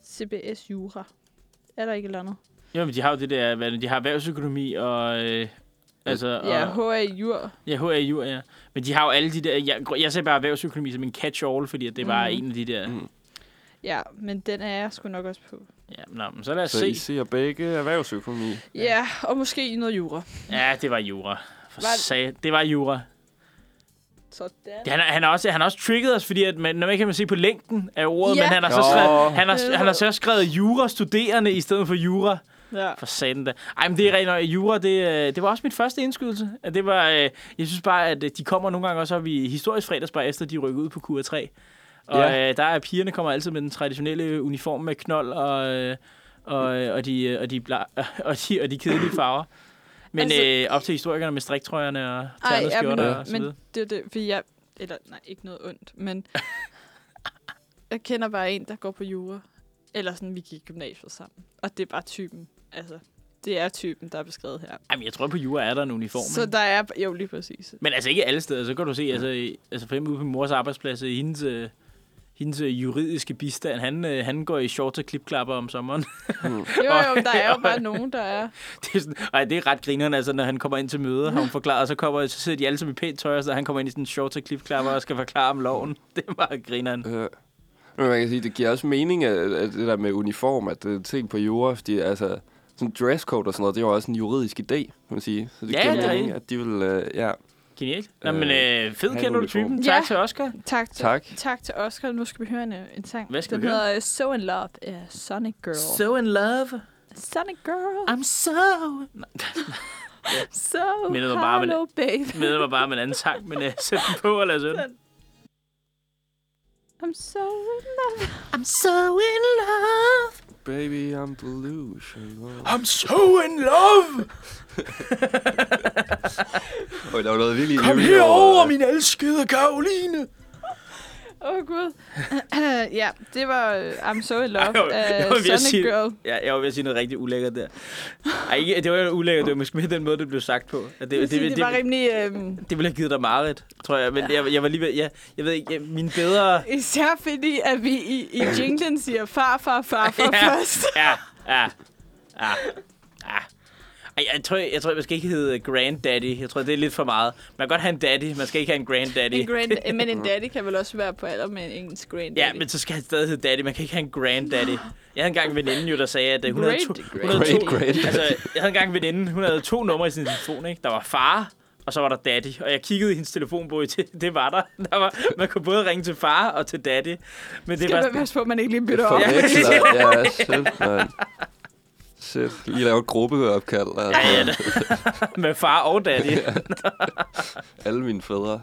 CBS Jura. Er der ikke et eller andet? Jo, men de har jo det der, de har erhvervsøkonomi og... Ja, HA Jur. Ja, HA Jur, ja. Men de har jo alle de der... Jeg ser bare erhvervsøkonomi som en catch-all, fordi det er bare en af de der... Ja, men den er jeg sgu nok også på. Ja, men så lad os Så se. I ser begge erhvervsøkonomi? Ja, og måske noget jura. Ja, det var Jura. Det var Jura. Sådan. Han har også trigget os, fordi at normalt kan man se på længden af ordet, Ja. men han har så skrevet jura-studerende i stedet for jura. Ja. For satan da. Ej, men det er rent nok. Jura, det var også mit første indskydelse. At det var, jeg synes bare, at de kommer nogle gange også op i historisk fredagsbar, efter de rykker ud på QR3. Og der er pigerne kommer altid med den traditionelle uniform med knold og de kedelige farver. Men altså, op til historikerne med striktrøjerne og ternede skjorter og så videre. Men det fordi jeg... Eller, nej, ikke noget ondt, men... jeg kender bare en, der går på jura. Eller sådan, vi gik i gymnasiet sammen. Og det er bare typen. Altså, det er typen, der er beskrevet her. Jamen, jeg tror på jura er der en uniform. Så der er... Jo, lige præcis. Men altså ikke alle steder. Så kan du se, altså for eksempel ude på mors arbejdsplads, hendes juridiske bistand, han går i shorts og klipklapper om sommeren. Jo, der er jo bare nogen, der er... det er ret grinerende, altså, når han kommer ind til møder, har hun forklaret, og så sidder de alle sammen i pænt tøj, og så han kommer ind i sådan en shorts og klipklapper og skal forklare om loven. Det er bare grinerende. Men man kan sige, det giver også mening, at det der med uniform, at det er ting på jura, fordi altså, sådan dresscode og sådan noget, det er jo også en juridisk idé, kan man sige. Så det giver mening, at de vil, Genialt. Nå, men fed kender du typen. Tak til Oscar. Tak til Oscar. Nu skal vi høre en sang. Hvad skal vi høre? Den hedder So In Love af Sonic Girl. So In Love. Sonic Girl. I'm so... So hello, babe. Mindede mig bare med en anden sang, men sæt den på og lad os høre den. I'm so in love. I'm so in love. Baby, I'm delusional. I'm so in love. Der var noget vildt. Kom herover, min elskede Karoline. Gud. Ja, det var I'm so in love af Sonic Girl. Ja, jeg var ved at sige noget rigtig ulækkert der. Ej, ikke, det var jo ulækkert, det var måske med den måde, det blev sagt på. Det var rimelig... Det ville have givet dig mareridt, tror jeg. Men jeg var lige ved... Jeg ved ikke, min bedre... Især fordi, at vi i jinglen siger far først. Ja. Jeg tror, man skal ikke hedde granddaddy. Jeg tror, det er lidt for meget. Man kan godt have en daddy, man skal ikke have en granddaddy. Men en daddy kan vel også være på alder med en engelsk granddaddy. Ja, men så skal han stadig hedde daddy. Man kan ikke have en granddaddy. Jeg havde engang en veninde, der sagde, at hun havde en veninde, hun havde 2 numre i sin telefon, ikke? Der var far, og så var der daddy. Og jeg kiggede i hendes telefonbog til, det var der. Man kunne både ringe til far og til daddy. Men det skal man passe på, at man ikke lige bytter op. Ja, shit, man. Shit, lige lave et gruppeopkald. Altså. Ja. Med far og daddy. Alle mine fædre.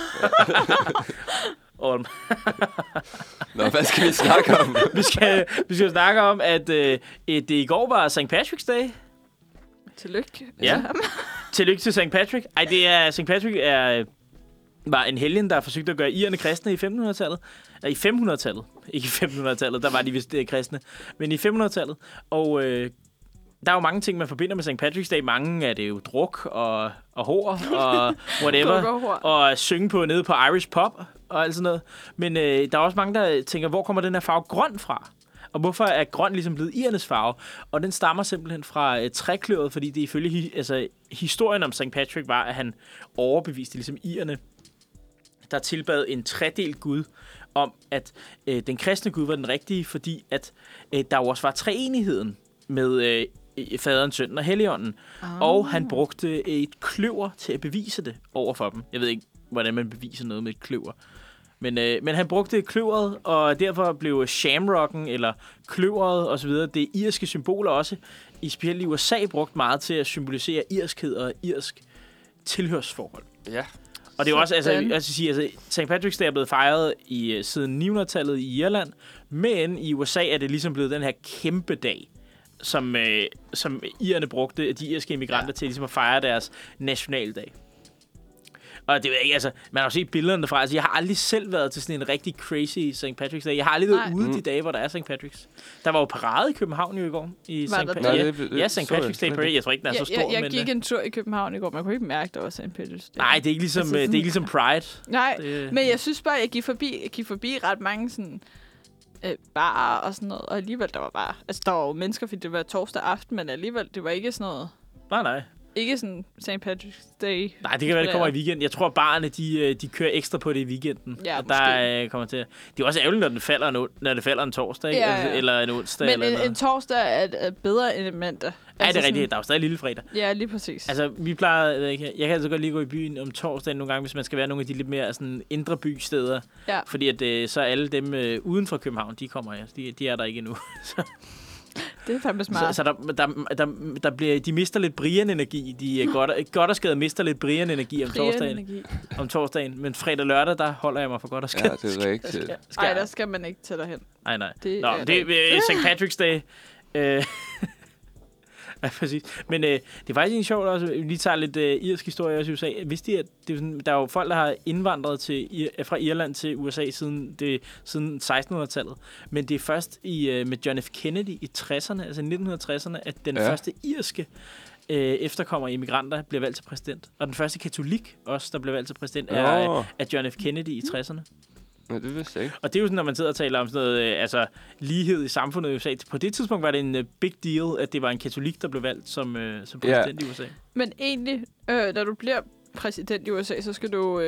Nå, hvad skal vi snakke om? vi skal snakke om, at det i går var St. Patrick's Day. Tillykke. Ja. Tillykke til St. Patrick. St. Patrick var en helgen, der forsøgte at gøre irerne kristne i 1500-tallet. I 500-tallet. Ikke i 1500-tallet, der var de vist kristne. Men i 500-tallet. Og der er jo mange ting, man forbinder med St. Patrick's Day. Mange er det jo druk og hår og whatever. Og synge på nede på Irish pub og alt sådan noget. Men der er også mange, der tænker, hvor kommer den her farve grøn fra? Og hvorfor er grøn ligesom blevet irernes farve? Og den stammer simpelthen fra trækløret, fordi det ifølge historien om St. Patrick var, at han overbeviste ligesom irerne, der tilbad en tredelt gud, om at den kristne gud var den rigtige, fordi at der også var treenigheden med faderen, sønnen og helligånden. Og han brugte et kløver til at bevise det over for dem. Jeg ved ikke, hvordan man beviser noget med et kløver. Men han brugte kløveret, og derfor blev shamrocken eller kløveret osv. det irske symboler også, specielt i USA, brugt meget til at symbolisere irskhed og irsk tilhørsforhold. Ja. Og det er jo også, St. Patrick's Day er blevet fejret siden 900-tallet i Irland, men i USA er det ligesom blevet den her kæmpe dag, som irerne brugte, de irske immigranter, til ligesom at fejre deres nationaldag. Og det ved jeg ikke, man har jo set billederne derfra. Jeg har aldrig selv været til sådan en rigtig crazy St. Patrick's Day. Jeg har aldrig været ude de dage, hvor der er St. Patrick's. Der var jo parade i København i går. I St. Patrick's Day Parade. Jeg tror ikke, den er så stor. Jeg gik en tur i København i går. Man kunne ikke mærke, der var St. Patrick's Day. Nej, det er ikke ligesom, det er ikke ligesom Pride. Nej, men jeg synes bare, jeg gik forbi ret mange sådan barer og sådan noget. Og alligevel, der var bare... Altså, der var jo mennesker, fordi det var torsdag aften, men alligevel, det var ikke sådan noget... Nej. Ikke sådan St. Patrick's Day. Nej, det kan være, det kommer i weekenden. Jeg tror, barerne, de kører ekstra på det i weekenden. Ja, og der kommer til... Det er også ærgerligt, når det falder en torsdag, ikke? Ja. Eller en onsdag. Men eller en torsdag er bedre end en mandag. Ja, det er rigtigt. Der er jo stadig lille fredag. Ja, lige præcis. Altså, vi plejer... Jeg kan altså godt lige gå i byen om torsdagen nogle gange, hvis man skal være nogle af de lidt mere sådan, indre bysteder. Ja. Fordi at, så alle dem uden for København, de kommer de er der ikke endnu. Det er fandme smart. Så der bliver, de mister lidt Brian-energi. De er godt og skadet mister lidt Brian-energi om torsdagen. Men fredag og lørdag, der holder jeg mig for godt og skadet. Ja, det er rigtigt. Nej, der skal man ikke til derhen. Nej. Det Nå, er det er St. Patrick's Day. Ja, præcis. Men det er faktisk en sjovt også, vi lige tager lidt irsk historie også i USA. Vidste I, at det er sådan, der er jo folk, der har indvandret fra Irland til USA siden 1600-tallet. Men det er først med John F. Kennedy i 60'erne, altså 1960'erne, at den første irske efterkommer immigranter bliver valgt til præsident. Og den første katolik også, der bliver valgt til præsident, er John F. Kennedy i 60'erne. Ja, det vidste jeg ikke. Og det er jo sådan, når man sidder og taler om sådan noget, lighed i samfundet i USA. På det tidspunkt var det en big deal, at det var en katolik, der blev valgt som præsident i USA. Men egentlig, da du bliver præsident i USA, så skal du...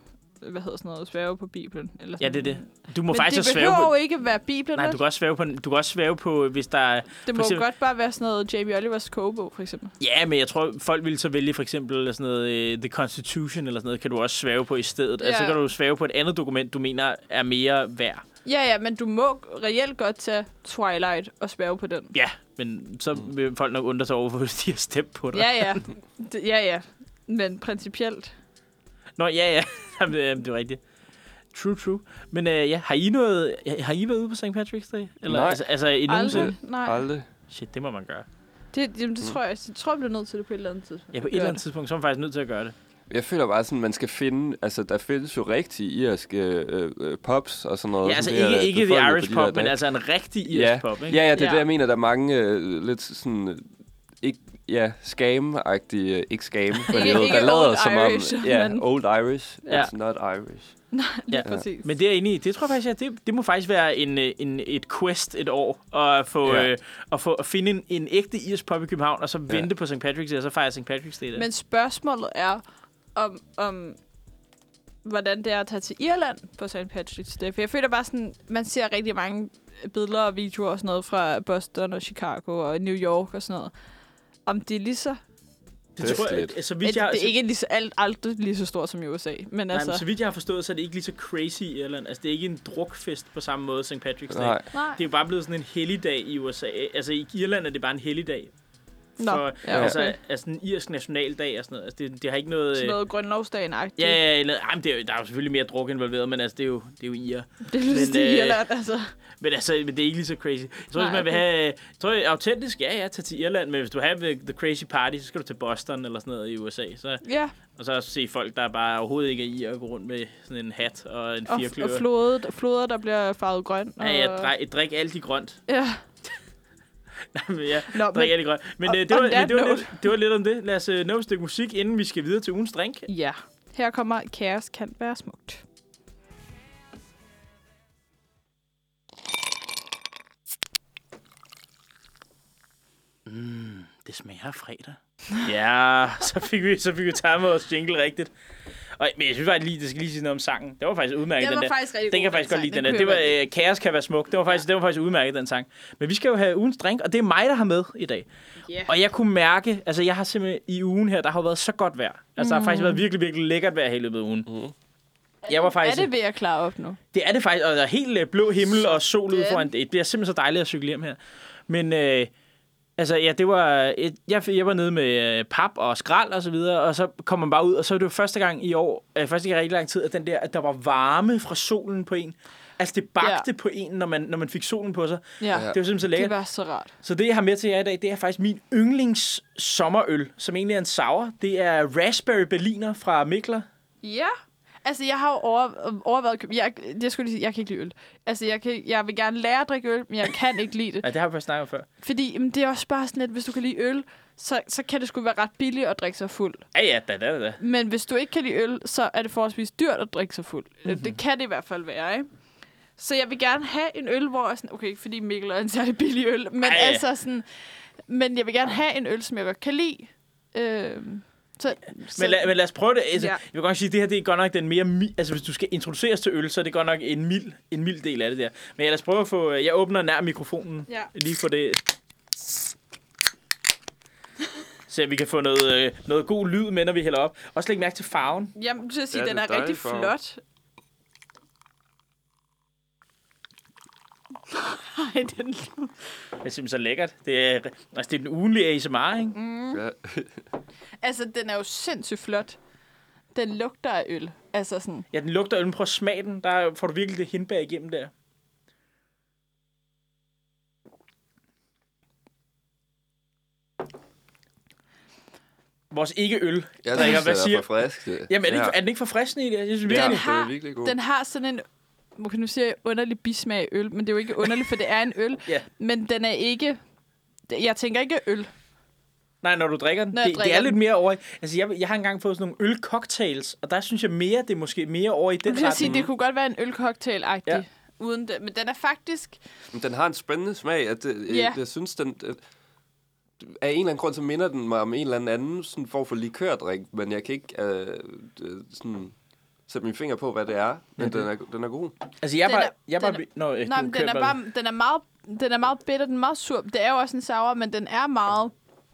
sværge på Bibelen. Eller sådan. Ja, det er det. Du må men faktisk det svæve på... behøver jo ikke være Bibelen. Nej, du kan også svæve på, hvis der er... Det må jo godt bare være sådan noget Jamie Olivers kogebog, for eksempel. Ja, men jeg tror, folk ville så vælge for eksempel sådan noget The Constitution eller sådan noget, kan du også svæve på i stedet. Ja. Altså, så kan du svæve på et andet dokument, du mener er mere værd. Ja, men du må reelt godt tage Twilight og svæve på den. Ja, men så vil folk nok undre sig over, hvis de har stemt på dig. Ja. Men principielt... Nå, ja. Det er rigtigt. True. Men har I været ude på St. Patrick's Day? Eller, Nej. Altså i nogensinde? Aldrig. Shit, det må man gøre. Det tror jeg. Jeg tror, jeg bliver nødt til det på et eller andet tidspunkt. Ja, på et eller andet tidspunkt, så er man faktisk nødt til at gøre det. Jeg føler bare sådan, man skal finde... Altså, der findes jo rigtige irske pubs og sådan noget. Ja, altså sådan ikke The Irish pub, men altså en rigtig irsk pub, ikke? Ja, det er det, jeg mener. Der er mange lidt sådan... scam-agtige... Ikke scam, men ikke der lader som om... Irish, men... Old Irish. It's not Irish. Nej, lige præcis. Men det er enig i. Det tror jeg faktisk, at det må faktisk være et quest et år at finde en ægte irsk pub i København, og så vente på St. Patrick's Day, og så fejre St. Patrick's Day der. Men spørgsmålet er, om hvordan det er at tage til Irland på St. Patrick's Day. For jeg føler bare sådan, man ser rigtig mange billeder og videoer og sådan noget fra Boston og Chicago og New York og sådan noget. Om det er lige så... Det tror jeg, det er ikke lige så, aldrig lige så stort som i USA. Men altså, så vidt jeg har forstået, så er det ikke lige så crazy i Irland. Altså, det er ikke en drukfest på samme måde som St. Patrick's Day. Nej. Det er jo bare blevet sådan en helligdag i USA. Altså, i Irland er det bare en helligdag. Altså en irsk nationaldag og sådan noget. Altså, det har ikke noget... Sådan noget Grundlovsdagen-agtigt. Ja, der er jo selvfølgelig mere druk involveret, men altså, det er jo ir. Det er Irland, altså. Men det er ikke lige så crazy. Jeg tror, hvis man vil have... autentisk, tage til Irland, men hvis du har the crazy party, så skal du til Boston eller sådan noget i USA. Så, og så se folk, der bare overhovedet ikke er i at gå rundt med sådan en hat og en firkløver. Og floder, der bliver farvet grøn. Drik alt i grønt. Ja. Drik alt i grønt. Men det var lidt om det. Lad os nå et stykke musik, inden vi skal videre til ugens drink. Ja. Her kommer Kaos kan være smukt. Det smager af fredag. Ja, så fik vi taget vores jingle rigtigt. Men jeg synes faktisk det skal lige sige noget om sangen. Det var faktisk udmærket, den der. Den kan faktisk godt lide, den der. Det var Kaos kan være smukt. Det var faktisk udmærket, den sang. Men vi skal jo have ugens drink, og det er mig, der har med i dag. Yeah. Og jeg kunne mærke, altså jeg har simpelthen i ugen her, der har været så godt vejr. Altså der har faktisk været virkelig, virkelig lækkert vejr hele løbet af ugen. Jeg var faktisk, er det ved at klare op nu? Det er det faktisk, og der er helt blå himmel og sol ude foran. Det bliver simpelthen så dejligt at cykle hjem her. Men altså, ja, det var... Jeg var nede med pap og skrald og så videre, og så kom man bare ud, og så var det jo første gang i år, første gang i rigtig lang tid, at der var varme fra solen på en. Altså, det bagte på en, når man fik solen på sig. Ja. Det var simpelthen så lækkert. Det var så rart. Så det, jeg har med til jer i dag, det er faktisk min yndlings sommerøl, som egentlig er en sour. Det er Raspberry Berliner fra Mikler. Ja. Altså, jeg har jo overvejet... Jeg skulle lige sige, jeg kan ikke lide øl. Altså, jeg vil gerne lære at drikke øl, men jeg kan ikke lide det. Ja, det har vi faktisk snakket om før. Fordi det er også bare sådan, at hvis du kan lide øl, så kan det sgu være ret billigt at drikke sig fuld. Ja, da. Men hvis du ikke kan lide øl, så er det forholdsvis dyrt at drikke sig fuld. Mm-hmm. Det kan det i hvert fald være, ikke? Så jeg vil gerne have en øl, hvor... Sådan, okay, ikke fordi Mikkel er en særlig billig øl, men altså sådan... Men jeg vil gerne have en øl, som jeg godt kan lide. Men lad os prøve det. Altså, jeg vil godt sige, at det her det er godt nok den mere... Altså, hvis du skal introduceres til øl, så er det godt nok en mild del af det der. Men lad os prøve at få... Jeg åbner nær mikrofonen. Ja. Lige for det... Så vi kan få noget god lyd med, når vi hælder op. Også læg mærke til farven. Jamen, du skal sige, den er rigtig flot. Ej, den... Det er simpelthen så lækkert. Det er den ugenlige ASMR, ikke? Mm. Ja. Altså, den er jo sindssygt flot. Den lugter af øl. Altså sådan... Ja, den lugter af øl. Prøv at smage den. Der får du virkelig det hindbær igennem der. Vores ikke-øl. Jeg synes, hvad siger? Er for frisk. Jamen, er den ikke for friskende i det? Jeg synes, den har sådan en... Nu siger jeg underlig bismag af øl, men det er jo ikke underligt, for det er en øl. Ja. Men den er ikke... Jeg tænker ikke øl. Nej, når du drikker den. Det er lidt mere over i... Altså, jeg har engang fået sådan nogle ølcocktails, og der synes jeg mere, det er måske mere over i den retning. Sige, det kunne godt være en ølcocktail-agtig. Uden det. Men den er faktisk... Den har en spændende smag. Jeg synes, den... Af en eller anden grund, så minder den mig om en eller anden sådan form for likørdrik, men jeg kan ikke sådan... sætte mine fingre på, hvad det er, men den er god. Altså, den er meget bitter, den er meget sur. Det er jo også en sour, men den er meget...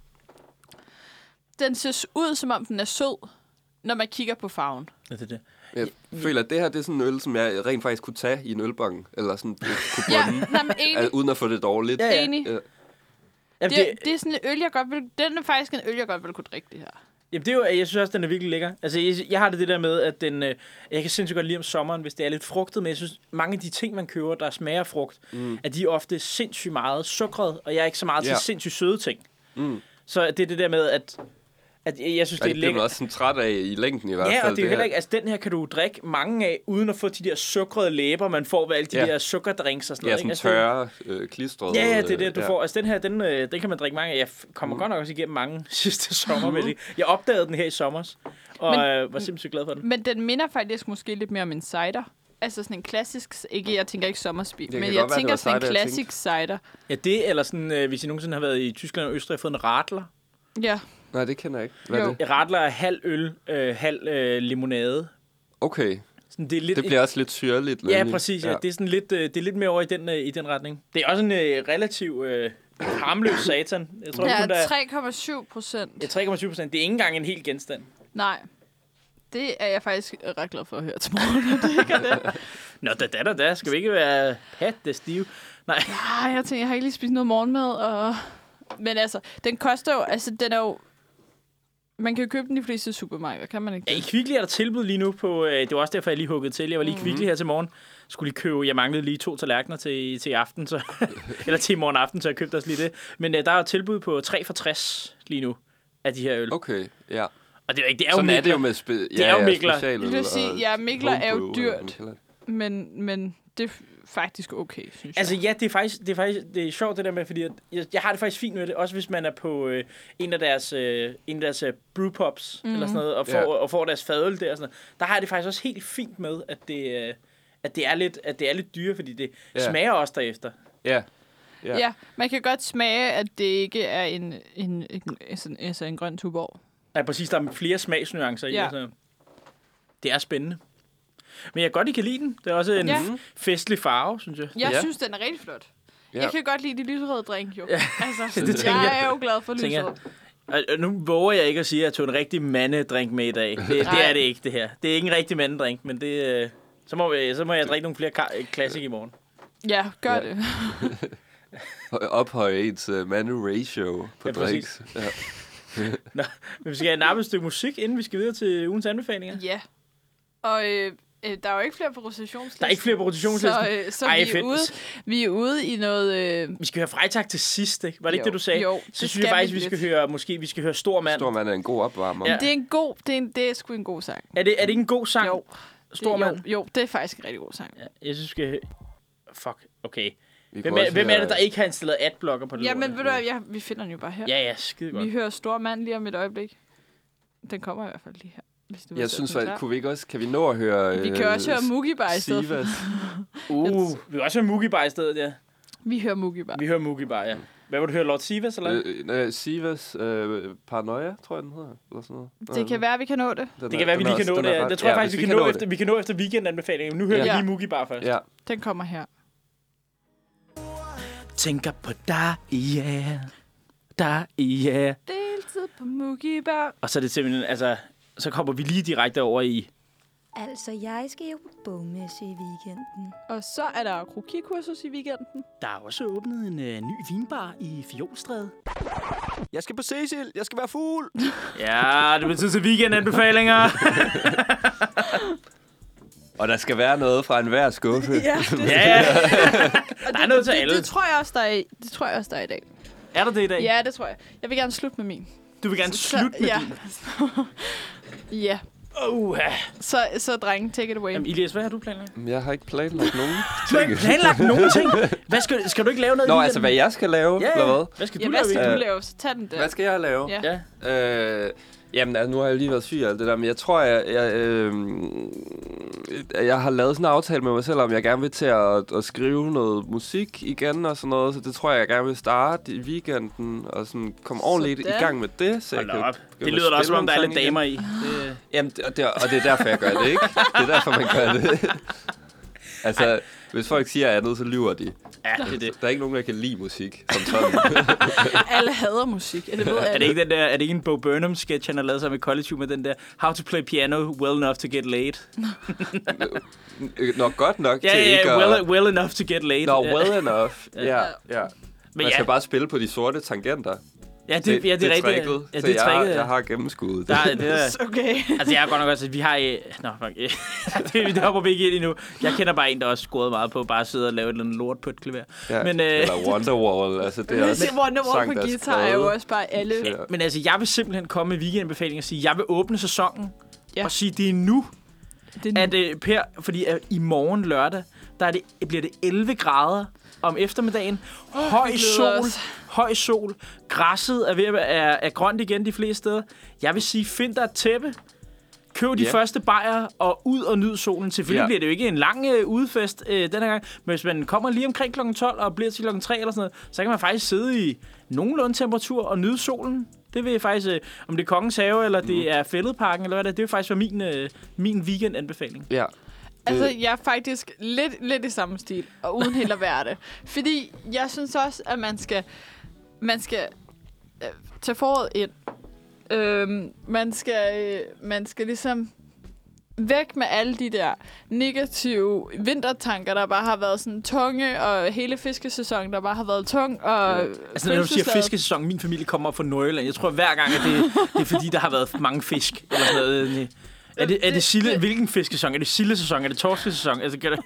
Den ser ud, som om den er sød, når man kigger på farven. Ja, det. Jeg føler, at det her det er sådan en øl, som jeg rent faktisk kunne tage i en ølbong, eller sådan kunne bunde, uden at få det dårligt. Ja. Enig. Ja. Det er sådan en øl, den er faktisk en øl, jeg godt ville kunne drikke det her. Jamen, det er jo, jeg synes også, den er virkelig lækker. Altså, jeg har det der med, at den... jeg kan sindssygt godt lide om sommeren, hvis det er lidt frugtet, men jeg synes, mange af de ting, man køber, der smager frugt, at de er ofte sindssygt meget sukkeret, og jeg er ikke så meget til sindssygt søde ting. Så det er det der med, at jeg synes, det er lækkert. Det er også sådan træt af i længden i hvert fald. Ja, og det er heller ikke... Altså, den her kan du drikke mange af, uden at få de der sukrede læber, man får ved alle de der sukkerdrinks og sådan noget. Ja, sådan tørre, klistrede... Ja, det er det, du får. Altså, den her, den kan man drikke mange af. Jeg kommer godt nok også igennem mange sidste sommer med det. Jeg opdagede den her i sommers, og var simpelthen glad for den. Men den minder faktisk måske lidt mere om en cider. Altså sådan en klassisk... Jeg tænker ikke sommerspil, men jeg tænker sådan en klassisk cider. Ja, det, eller sådan, hvis I nogensinde har været i Tyskland og Østrig og fået en radler. Ja. Nej, det kender jeg ikke. Hvad er det? Radler er halv øl, halv limonade. Okay. Sådan, det bliver også lidt syrligt. Ja, præcis. Ja. Det er sådan lidt, det er lidt mere over i den retning. Det er også en relativt harmløs satan. Jeg tror, 3,7%. Ja, 3,7%. Det er ikke engang en hel genstand. Nej. Det er jeg faktisk ret glad for at høre til morgen, det ikke er det. Nå, da. Skal vi ikke være patte stive? Nej, jeg tænker, jeg har ikke lige spist noget morgenmad, og... Men altså, den koster jo... Altså, den er jo... Man kan jo købe den i de fleste supermarkeder, kan man ikke? Ja, i Kvickly er der tilbud lige nu på... det var også derfor, jeg lige huggede til. Jeg var lige i Kvickly her til morgen. Skulle lige købe... Jeg manglede lige 2 tallerkener til aften, så... eller til i morgen aften, så jeg købte også lige det. Men der er jo tilbud på 3 for 60 lige nu af de her øl. Okay, ja. Og det er jo sådan Mikler. er det jo med det er jo Mikler. Jeg vil sige, Mikler er jo dyrt, men det er faktisk okay, synes jeg. Altså ja, det er sjovt det der med, fordi jeg har det faktisk fint med det, også hvis man er på en af deres brewpubs eller sådan noget, og får deres fadøl der og sådan noget. Der har jeg det faktisk også helt fint med, at det er lidt dyre, fordi det smager også derefter. Ja. Ja, man kan godt smage, at det ikke er en grøn Tuborg. Nej, præcis. Der er flere smagsnuancer i det. Det er spændende. Men jeg godt, I kan lide den. Det er også en festlig farve, synes jeg. Jeg synes, den er rigtig flot. Ja. Jeg kan godt lide de lyserøde drink, jo. Ja. Altså, jeg er jo glad for lyserød. Nu våger jeg ikke at sige, at jeg tog en rigtig mandedrink med i dag. Det er det ikke, det her. Det er ikke en rigtig mandedrink, men det, så må jeg drikke nogle flere classic i morgen. Ja, gør det. Ophøje ens mande-ratio på drinks. Ja. Nå, men vi skal have nappe et stykke musik, inden vi skal videre til ugens anbefalinger. Ja. Og der er jo ikke flere på rotationslisten. Der er ikke flere på rotationslisten. Så vi er ude i noget... Vi skal høre Freitag til sidst, ikke? Var det ikke det, du sagde? Jo, så synes jeg faktisk, vi skal høre Stor Mand. Stor Mand er en god opvarmer. Ja. Det er sgu en god sang. Er det ikke en god sang? Jo. Stor Mand? Jo, det er faktisk en rigtig god sang. Ja, jeg synes, vi skal... Fuck, okay. Hvem er det, der ikke har installeret adblocker på det? Ja, men ved du hvad, vi finder den jo bare her. Ja, skide godt. Vi hører Stor Mand lige om et øjeblik. Den kommer i hvert fald lige her. Jeg synes, kunne vi ikke også... Kan vi nå at høre... Vi kan også høre Mookie Bar i stedet. Vi kan også høre Mookie Bar i stedet, ja. Vi hører Mookie Bar. Vi hører Mookie Bar, ja. Hvad vil du høre, Lord Sivas, eller? Sivas Paranoia, tror jeg, den hedder. Eller sådan noget. Det kan være, vi kan nå det. Det kan være, vi lige kan nå det. Det tror jeg faktisk, vi kan nå efter weekendanbefalingen. Nu hører vi lige Mookie Bar først. Ja. Den kommer her. Tænker på dig, yeah. Dig, yeah. Deltid på Mookie Bar. Og så er det simpelthen, altså... Så kommer vi lige direkte over i... Altså, jeg skal jo på bogmesse i weekenden. Og så er der krokikursus i weekenden. Der er også åbnet en ny vinbar i Fjolstræde. Jeg skal på Cecil. Jeg skal være fugl. Ja, det betyder til weekendanbefalinger. Og der skal være noget fra enhver skuffe. Ja. Der er noget til alle. Det tror jeg også, der er i dag. Er der det i dag? Ja, det tror jeg. Jeg vil gerne slutte med min. Du vil gerne slutte med din? Ja. Så drenge, take it away. Jamen, Elias, hvad har du planlagt? Jeg har ikke planlagt nogen Du har ikke planlagt nogen ting? Hvad skal du ikke lave noget? Nå, altså hvad jeg skal lave, eller hvad? Hvad skal Hvad skal du lave? Så tag den der. Hvad skal jeg lave? Ja. Jamen, altså, nu har jeg lige været syg og alt det der, men jeg tror, jeg har lavet sådan en aftale med mig selv, om jeg gerne vil til at skrive noget musik igen og sådan noget, så det tror jeg gerne vil starte i weekenden og sådan komme ordentligt i gang med det. Så jeg kan det lyder da også, som om der er lidt damer i. Jamen, og det er derfor, jeg gør det, ikke? Det er derfor, man gør det. Altså, hvis folk siger andet, så lyver de. Ja, det er det. Der er ikke nogen, der kan lide musik som sådan. Alle hader musik. Er det ikke den der? Er det ikke en Bo Burnham sketch, han har lavet sig med College med den der How to play piano well enough to get laid? Nå, godt nok til ikke at... well enough to get laid. Nå, well enough. Ja. Men man skal bare spille på de sorte tangenter. Ja, det er rigtigt. Ja, det er tricket. Jeg har gennemskuddet. Okay. Altså, jeg har godt nok også, at vi har... Nå, fuck. Det hopper vi ikke ind endnu. Jeg kender bare en, der også scoret meget på bare at sidde og lave et eller andet lort på et klaver. Ja, men, eller Wonderwall. Altså, det er også Wonderwall på guitar er jo også bare alle. Men altså, jeg vil simpelthen komme med weekendbefaling og sige, jeg vil åbne sæsonen og sige, det er nu. At Per, fordi i morgen lørdag, bliver det 11 grader om eftermiddagen. Høj sol. Græsset er ved at være grønt igen de fleste steder. Jeg vil sige, find dig et tæppe. Køb de første bajer og ud og nyd solen. Selvfølgelig bliver det jo ikke en lang udefest den her gang. Men hvis man kommer lige omkring kl. 12 og bliver til kl. 3 eller sådan noget, så kan man faktisk sidde i nogenlunde temperatur og nyde solen. Det vil faktisk, om det er Kongens Have eller det er Fælledparken eller hvad det vil faktisk være min weekendanbefaling. Ja. Altså, jeg er faktisk lidt i samme stil, og uden helt at være det. Fordi jeg synes også, at man skal tage foråret ind. Man skal ligesom væk med alle de der negative vintertanker, der bare har været sådan tunge, og hele fiskesæsonen, der bare har været tung. Og altså, når du siger fiskesæson, min familie kommer op fra Nordjylland. Jeg tror hver gang, at det er fordi, der har været mange fisk. Eller sådan noget. Er det silde? Hvilken fiskesæson? Er det sildesæson? Er det torskesæson? Altså, kan det...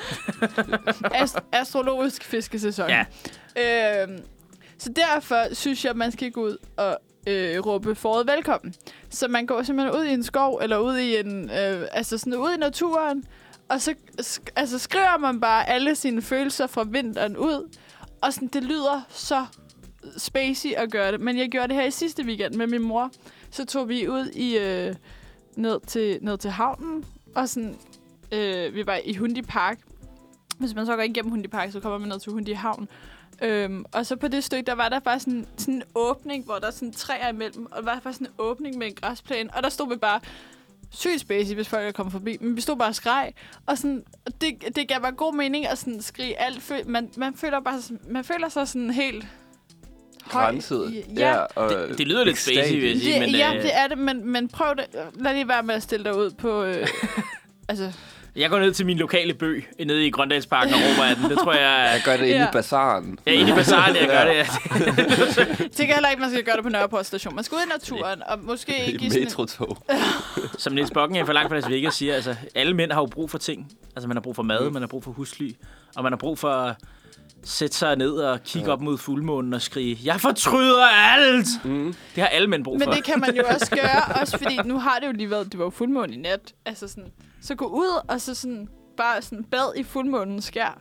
Astrologisk fiskesæson. Ja. Så derfor synes jeg, at man skal gå ud og råbe foråret velkommen. Så man går simpelthen ud i en skov, eller ud i en, ud i naturen, og så skriver man bare alle sine følelser fra vinteren ud, og sådan, det lyder så spacey at gøre det. Men jeg gjorde det her i sidste weekend med min mor. Så tog vi ud i ned til havnen, og sådan, vi var i Hundi Park. Hvis man så går igennem Hundi Park, så kommer man ned til Hundi Havn. Og så på det stykke, der var der bare sådan en åbning, hvor der er sådan træer imellem, og der var bare sådan en åbning med en græsplæne, og der stod vi bare sygt spacey, hvis folk er kommet forbi, men vi stod bare og skreg, og sådan, det gav bare god mening at sådan skrige alt. Man føler sig sådan helt grænset. Ja. Det lyder lidt spacey, vil jeg sige. Det er det, men prøv det. Lad lige være med at stille dig ud på... Jeg går ned til min lokale bøg, nede i Grøndalsparken og råber af den. Det tror jeg... Jeg gør det inde i bazaren. Ja, inde i bazaren, jeg gør det. Jeg tænker heller ikke, man skal gøre det på Nørreport station. Man skal ud i naturen, og måske ikke i metrotog. Som Niels Bokken for langt fra Las Vegas siger, altså, alle mænd har jo brug for ting. Altså, man har brug for mad, man har brug for husly, og man har brug for at sætte sig ned og kigge op mod fuldmånen og skrige, jeg fortryder alt! Det har alle mænd brug for. Men det kan man jo også gøre, også fordi nu har det jo lige været, det var jo fuldmåne i nat. Altså sådan, så gå ud og så sådan bare sådan bad i fuldmånen skær.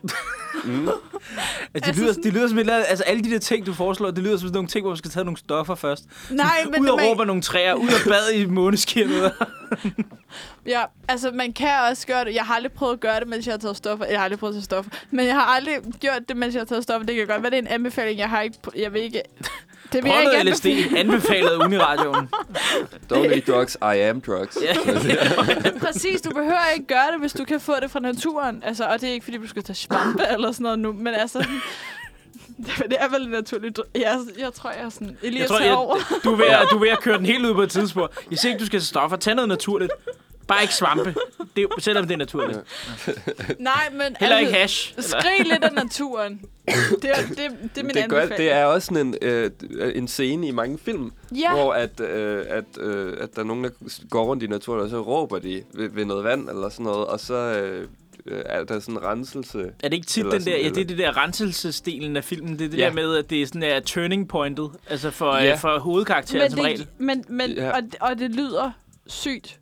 Altså, det lyder som et eller andet, altså alle de der ting, du foreslår, det lyder som sådan nogle ting, hvor man skal tage nogle stoffer først. Nej, men... Ud og råbe nogle træer, ud og bad i måneskinnet. Ja, altså man kan også gøre det. Jeg har aldrig prøvet at gøre det, mens jeg har taget stoffer. Jeg har aldrig prøvet at tage stoffer. Men jeg har aldrig gjort det, mens jeg har taget stoffer. Det kan godt være, det er en anbefaling. Jeg vil ikke... Det vil jeg ikke LSD anbefalet Uniradioen. Don't eat drugs, I am drugs. Præcis, du behøver ikke gøre det, hvis du kan få det fra naturen. Altså, og det er ikke, fordi du skal tage svampe eller sådan noget nu, men altså... Det er vel naturligt. Jeg tror, jeg er sådan... Elias over. Du er ved at køre den helt ud på et tidspunkt. Jeg siger ikke, du skal tage stoffer. Tag noget naturligt. Bare ikke svampe. Selvom det er naturligt. Nej, men... Heller ikke hash. Skrig lidt af naturen. Det er min anbefaling. Det er også sådan en scene i mange film, hvor at der er nogen, der går rundt i naturen, og så råber de ved noget vand eller sådan noget, og så... er der sådan en renselse? Er det ikke tit den der... Ja, det er det der renselsesdelen af filmen. Det er det der med, at det er sådan en turning pointet. Altså for hovedkarakteren som regel. Og det lyder sygt.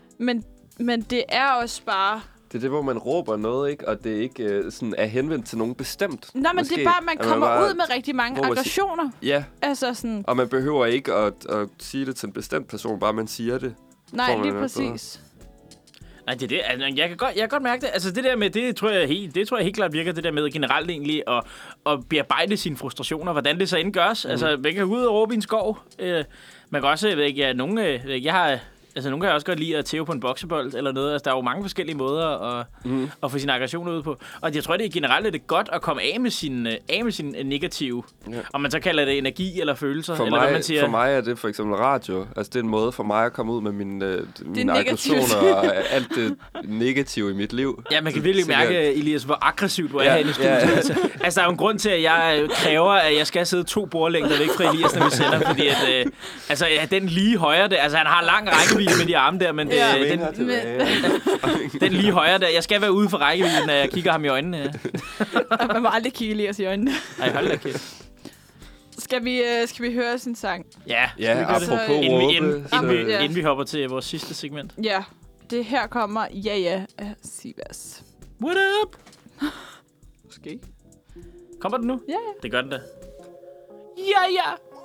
Men det er også bare... Det er det, hvor man råber noget, ikke? Og det ikke sådan er henvendt til nogen bestemt. Nej, men måske, det er bare, man kommer ud med rigtig mange aggressioner. Ja. Altså sådan... Og man behøver ikke at sige det til en bestemt person, bare man siger det. Nej, lige præcis. Nej, det er det. Altså, jeg kan godt mærke det. Altså, det der med, det tror jeg helt klart virker, det der med generelt egentlig at bearbejde sine frustrationer. Hvordan det så indgørs. Altså, man kan gå ud og råbe i en skov. Man kan også, nogen kan også godt lide at tæve på en boksebold eller noget. Altså, der er jo mange forskellige måder at få sine aggressioner ud på. Og jeg tror, det er generelt er det godt at komme af med sin negative. Ja. Om man så kalder det energi eller følelser. Hvad man siger. For mig er det for eksempel radio. Altså, det er en måde for mig at komme ud med mine aggressioner og alt det negative i mit liv. Ja, man kan virkelig mærke, Elias, hvor aggressivt du er herinde i studiet. Altså, der er jo en grund til, at jeg kræver, at jeg skal sidde 2 bordlængder væk fra Elias, når vi sender. Fordi at, den lige højre, altså han har lang rækkevidde med de arme der, men den lige højre der. Jeg skal være ude for rækkevidden, når jeg kigger ham i øjnene. Man må aldrig kigge Elias i øjnene. Nej, hold da kæft. Skal vi høre sin sang? Ja, apropos råbe. Inden vi hopper til vores sidste segment. Ja, det her kommer Ja af Sivas. What up? Måske. Kommer den nu? Ja. Det gør den da. Ja.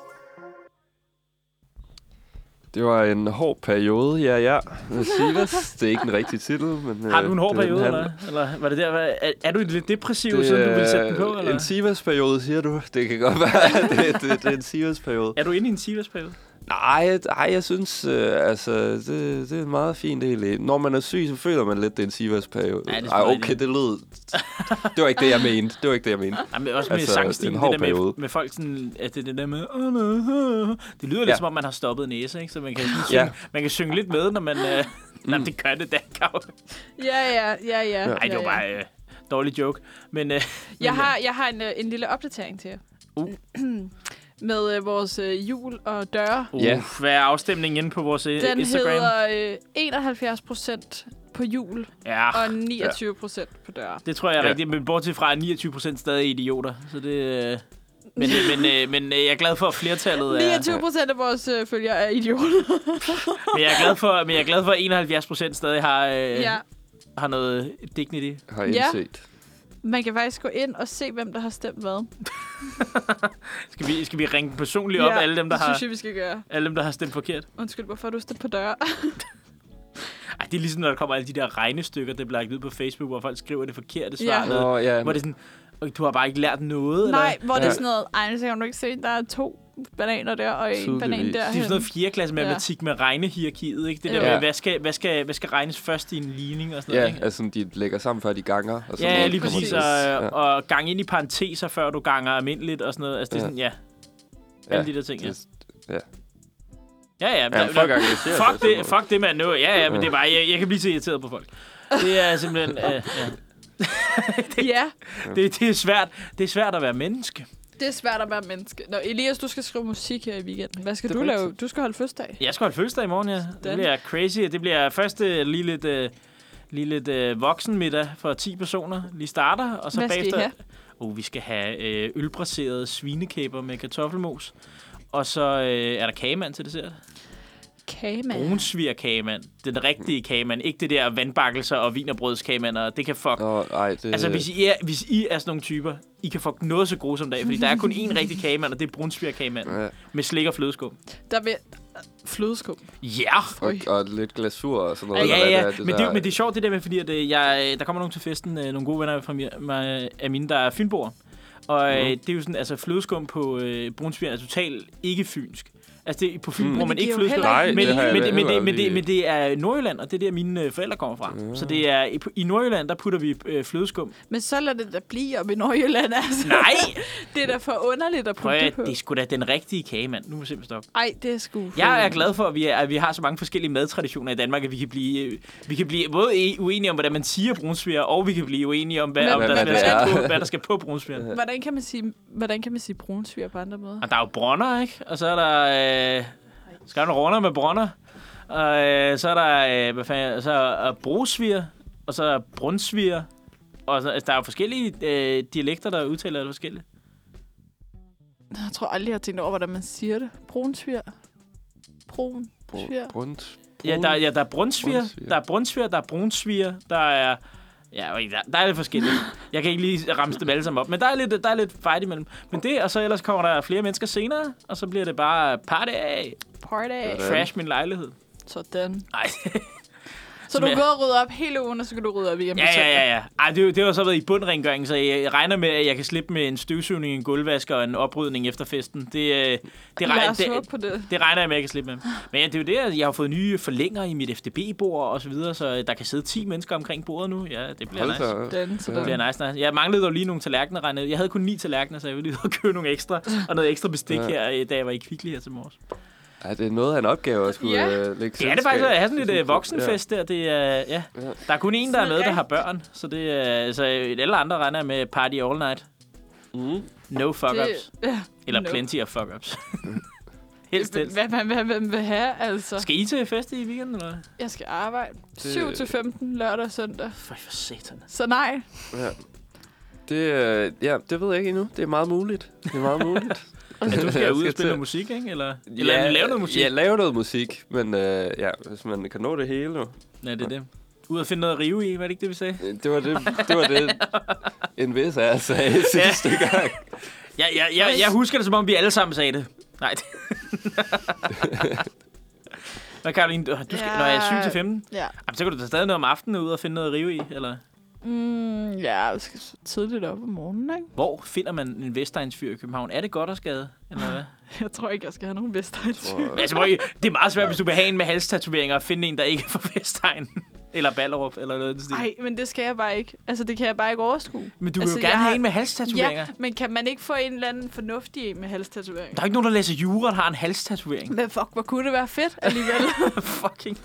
Det var en hård periode, ja. Det er ikke den rigtige titel, men... Har du en hård periode, eller var det der? Er du lidt depressiv, siden du vil sætte den på, eller? En Sivas-periode, siger du? Det kan godt være, det er en Sivas-periode. Er du inde i en Sivas-periode? Nej, jeg synes, det er meget fint egentlig. Når man er syg, så føler man lidt, det er en Sivas-periode. Ja, okay, det lød... Det var ikke det, jeg mente. Ja, men også med sangstilen, det der med folk sådan... At det der med... Det lyder lidt, som om man har stoppet næse, ikke? Så man kan synge lidt med, når man... Nej, det gør det da, Kav. Ja. Nej, det var bare dårlig joke. Men, jeg har en lille opdatering til jer. Med vores jul og døre. Hvad er afstemningen inde på vores Instagram? Den hedder 71% på jul og 29% på døre. Det tror jeg er rigtigt, men bortset fra 29% stadig idioter. Så det... Men jeg er glad for, at flertallet er... 29% af vores følgere er idioter. men jeg er glad for, at 71% stadig har noget dignity. Har indset. Ja. Man kan faktisk gå ind og se, hvem der har stemt hvad. Skal vi ringe personligt op alle dem, der synes jeg, vi skal gøre. Alle dem, der har stemt forkert? Undskyld, hvorfor har du stemt på døre? Ej, det er ligesom, når der kommer alle de der regnestykker, der bliver lagt ud på Facebook, hvor folk skriver det forkerte svar. Hvor det er sådan, du har bare ikke lært noget. Nej, eller? hvor det er sådan noget, ej, så kan du ikke se, der er 2 bananer der og en banan der. Det er sådan noget 4. klasse matematik med regnehierarkiet, ikke? Det der med, hvad skal regnes først i en ligning og sådan noget, ikke? Altså de lægger sammen, før de ganger. Og sådan noget. Lige præcis. Og gang ind i parenteser, før du ganger almindeligt og sådan noget. Altså det er sådan, alle de der ting, Fuck det, mand. Men det er bare, jeg kan blive så irriteret på folk. Det er simpelthen, det er svært. Det er svært at være menneske. Det er svært at være menneske. Nå, Elias, du skal skrive musik her i weekenden. Hvad skal du lave? Du skal holde fødselsdag. Jeg skal holde fødselsdag i morgen, ja. Det bliver crazy. Det bliver først lige lidt voksenmiddag for 10 personer. Lige starter, og så bagefter... Vi skal have ølbraserede svinekæber med kartoffelmos. Og så er der kagemand til dessert. Kagemand. Brunsvigerkagemand. Den rigtige kagemand. Ikke det der vandbakkelser og wienerbrødskagemander. Det kan fuck... Det... Altså, hvis I er sådan nogle typer, I kan fuck noget så gode som dag, fordi der er kun én rigtig kagemand, og det er brunsvigerkagemand. Med slik og flødeskum. Der vil... Flødeskum? Ja! Og lidt glasur og sådan noget. Ja. Men det er sjovt det der med, fordi at, der kommer nogen til festen, nogle gode venner af mine, der er fynboer. Og det er jo sådan, altså flødeskum på brunsviger er totalt ikke fynsk. Altså det, på Fyn bruger man ikke flødeskum. Men det er Nordjylland, og det er der mine forældre kommer fra. Så det er i Nordjylland, der putter vi flødeskum. Men så lader det da blive op i Nordjylland, altså. Nej! Det er da for underligt at putte det på. Det er sgu da den rigtige kagemand. Nu må vi simpelthen stoppe. Ej, det er sgu... Jeg er glad for, at vi har så mange forskellige madtraditioner i Danmark, at vi kan blive både uenige om, hvordan man siger brunsviger, og vi kan blive uenige om, hvad der skal på brunsviger. Hvordan kan man sige brunsviger på andre måder? Og der er jo brønner, ikke? Og så er der... skal der runder med brønner. Og så er der brugsviger, og så er brunsviger. Og så, altså, der er jo forskellige dialekter, der udtaler det forskelligt. Jeg tror aldrig, jeg har tænkt over, hvordan man siger det. Brunsviger. Ja, der er brunsviger, der er brunsviger, der er brunsviger, der er... Ja, der er lidt forskelligt. Jeg kan ikke lige ramse dem alle sammen op, men der er lidt fight imellem. Men det, og så ellers kommer der flere mennesker senere, og så bliver det bare party. Trash min lejlighed. Sådan. Nej. Så du er gået og rydde op hele ugen, og så kan du rydde op igen på søndag? Ja. Ej, det har så været i bundrengøring, så jeg regner med, at jeg kan slippe med en støvsugning, en gulvvask og en oprydning efter festen. Det regner jeg med, at jeg kan slippe med. Men det er jo det, jeg har fået nye forlænger i mit FDB-bord og så videre, så der kan sidde 10 mennesker omkring bordet nu. Ja, det bliver nice. Det bliver nice. Jeg manglede dog lige nogle tallerkener, regnede. Jeg havde kun 9 tallerkener, så jeg ville lige købe nogle ekstra, og noget ekstra bestik her, da jeg var i Kvickly her til morges. Ja, det er noget af en opgave at skulle lægge det er det faktisk, at have sådan lidt voksenfest der. Det er, der er kun en, der er med, der har børn. Så det er, altså, alle andre regner med party all night. No fuck-ups. Eller plenty of fuck-ups. Helst. Hvad man vil have, altså. Skal I til fest i weekenden, eller? Jeg skal arbejde 7-15 lørdag og søndag. For satan. Så nej. Ja. Det ved jeg ikke endnu. Det er meget muligt. Ja, du skal ud og spille noget musik, ikke? Eller lave noget musik? Ja, lave noget musik. Men hvis man kan nå det hele nu. Ja, det er det. Ud og finde noget at rive i, var det ikke det, vi sagde? Det var det en vis af sagde sidste gang. Jeg husker det, som om vi alle sammen sagde det. Nej. Hvad, Karoline? Du skal, når jeg er 7-15? Ja. Jamen, så kan du da stadig noget om aftenen ud og finde noget at rive i, eller? Jeg skal tidligt op om morgenen, ikke? Hvor finder man en Vestegnsfyr i København? Er det Gothersgade, eller hvad? Jeg tror ikke, jeg skal have nogen Vestegnsfyr. Altså, det er meget svært, hvis du vil have en med halstatoveringer, at finde en, der ikke er fra Vestegn. Eller Ballerup, eller noget. Nej, men det skal jeg bare ikke. Altså, det kan jeg bare ikke overskue. Men du vil jo gerne have en med halstatoveringer. Ja, men kan man ikke få en eller anden fornuftig en med halstatoveringer? Der er ikke nogen, der læser jura, der har en halstatovering. Men fuck, hvor kunne det være fedt alligevel. Fucking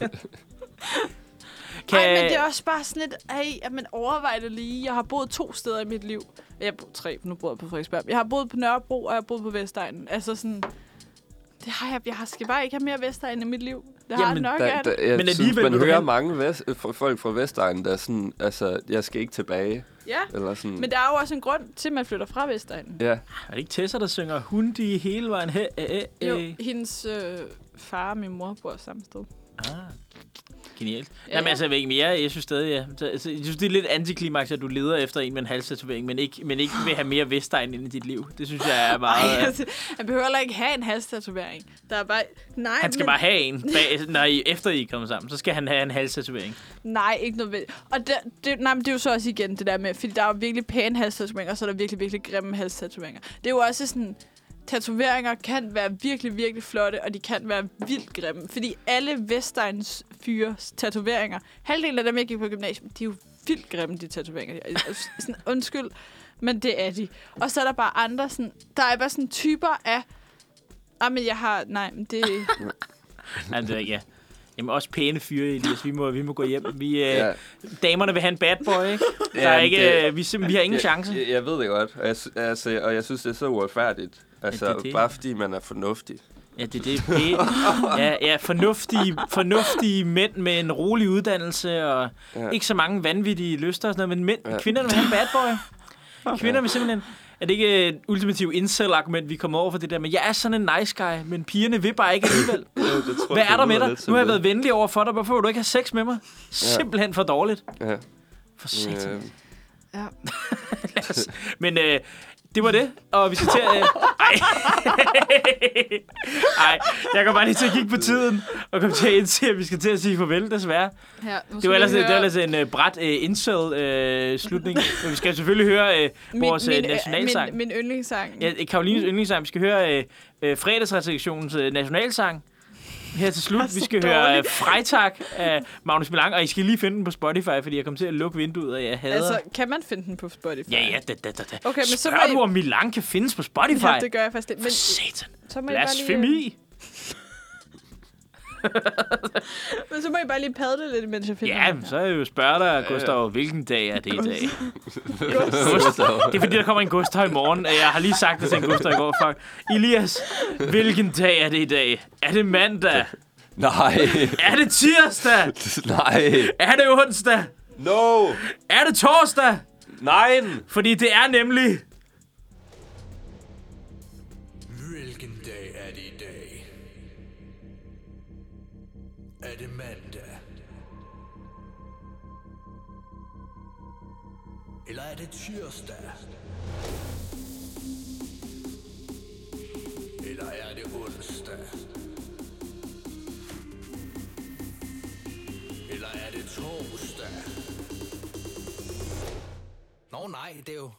Nej, men det er også bare sådan lidt, at man overvejer det lige. Jeg har boet 2 steder i mit liv. Jeg har boet 3, nu bor jeg på Frederiksberg. Jeg har boet på Nørrebro, og jeg har boet på Vestegnen. Altså sådan, det har jeg skal bare ikke have mere Vestegn i mit liv. Det har jeg nok af det. Jeg synes, man hører mange folk fra Vestegnen, der er sådan, altså, jeg skal ikke tilbage. Ja, eller sådan. Men der er jo også en grund til, at man flytter fra Vestegnen. Ja. Er det ikke Tessa, der synger Hundi hele vejen? Jo, hendes far og min mor bor samme sted. Genialt. Ja. Jamen altså, jeg synes stadig, jeg synes, det er lidt antiklimaks, at du leder efter en med en halstatovering, men ikke vil have mere Vestegn ind i dit liv. Det synes jeg er meget... Ej, altså, han behøver heller ikke have en halstatovering. Der er bare... Nej, han skal bare have en, efter I kommer sammen. Så skal han have en halstatovering. Nej, ikke noget. Og men det er jo så også igen det der med, fordi der er virkelig pæne halstatoveringer, og så er der virkelig, virkelig grimme halstatoveringer. Det er jo også sådan... Tatoveringer kan være virkelig, virkelig flotte, og de kan være vildt grimme. Fordi alle Vestegns fyres tatoveringer, halvdelen af dem, jeg gik på gymnasium, de er jo vildt grimme, de tatoveringer. Sådan, undskyld, men det er de. Og så er der bare andre sådan... Der er bare sådan typer af... men jeg har... Nej, men det... Nej, det er ikke, ja. Jamen også pæne fyre, Elias. Vi må gå hjem. Damerne vil have en bad boy, ikke? Der er ikke, vi har ingen chance. Jeg ved det godt. Og jeg synes, det er så uretfærdigt. Altså, det. Bare fordi man er fornuftig. Ja, det er pænt. Ja, fornuftige mænd med en rolig uddannelse, og ikke så mange vanvittige lyster og sådan noget, men kvinderne vil have en bad boy. Kvinder vil simpelthen... Er det ikke et ultimativt incel-argument, vi kommer over for det der med, jeg er sådan en nice guy, men pigerne vil bare ikke alligevel. Hvad er der med dig? Nu har jeg været venlig over for dig. Hvorfor vil du ikke have sex med mig? Simpelthen for dårligt. Ja. For satan. Ja. Men det var det, og vi skal til at... Ej, jeg kommer bare lige til at kigge på tiden, og komme til at indse, at vi skal til at sige farvel, desværre. Ja, det var ellers en brat incel-slutning, men vi skal selvfølgelig høre vores nationalsang. Min yndlingssang. Ja, Karolines yndlingssang. Vi skal høre fredagsredaktionens nationalsang. Her til slut, vi skal høre Freitag af Magnus Milang, og I skal lige finde den på Spotify, fordi jeg kom til at lukke vinduet, og jeg hader... Altså, kan man finde den på Spotify? Ja. Okay, men så spørger du, om Milang kan findes på Spotify? Ja, det gør jeg faktisk lidt. Men satan. Så må blasfemi. Men så må I bare lige padle lidt, mens jeg finder den. Så er jeg jo spørger dig, Gustav, hvilken dag er det i dag? Det er fordi, der kommer en Gustav i morgen. Jeg har lige sagt det til en Gustav i går. Fuck. Elias, hvilken dag er det i dag? Er det mandag? Nej. Er det tirsdag? Nej. Er det onsdag? No. Er det torsdag? Nej. Fordi det er nemlig... Hvilken dag er det i dag? Er det mandag? Eller er det tirsdag? Eller er det onsdag? Eller er det torsdag? Nå nej, det er jo...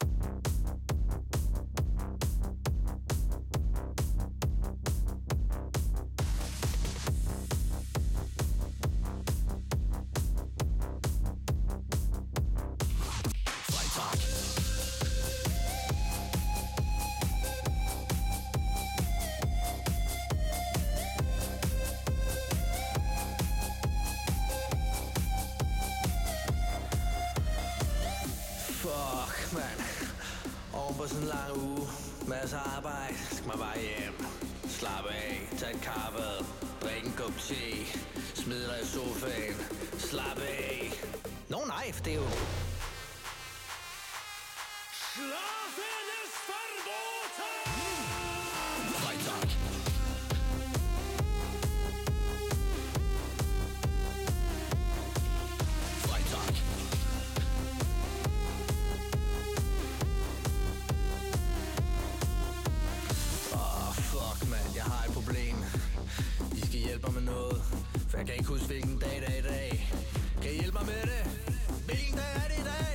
Fuck, mand. Oven på sådan en lang uge. Masser af arbejde. Skal man bare hjem. Slap af. Tag et kaffe. Drik en kop te. Smid dig i sofaen. Slap af. Nå nej, for det er jo... Schlafen ist verboten! Freitag. Freitag. Fuck, mand. Jeg har et problem. I skal hjælpe mig med noget. For jeg kan ikke huske, hvilken dag det er i dag. Kan I hjælpe mig med det? Hvilken dag er det i dag?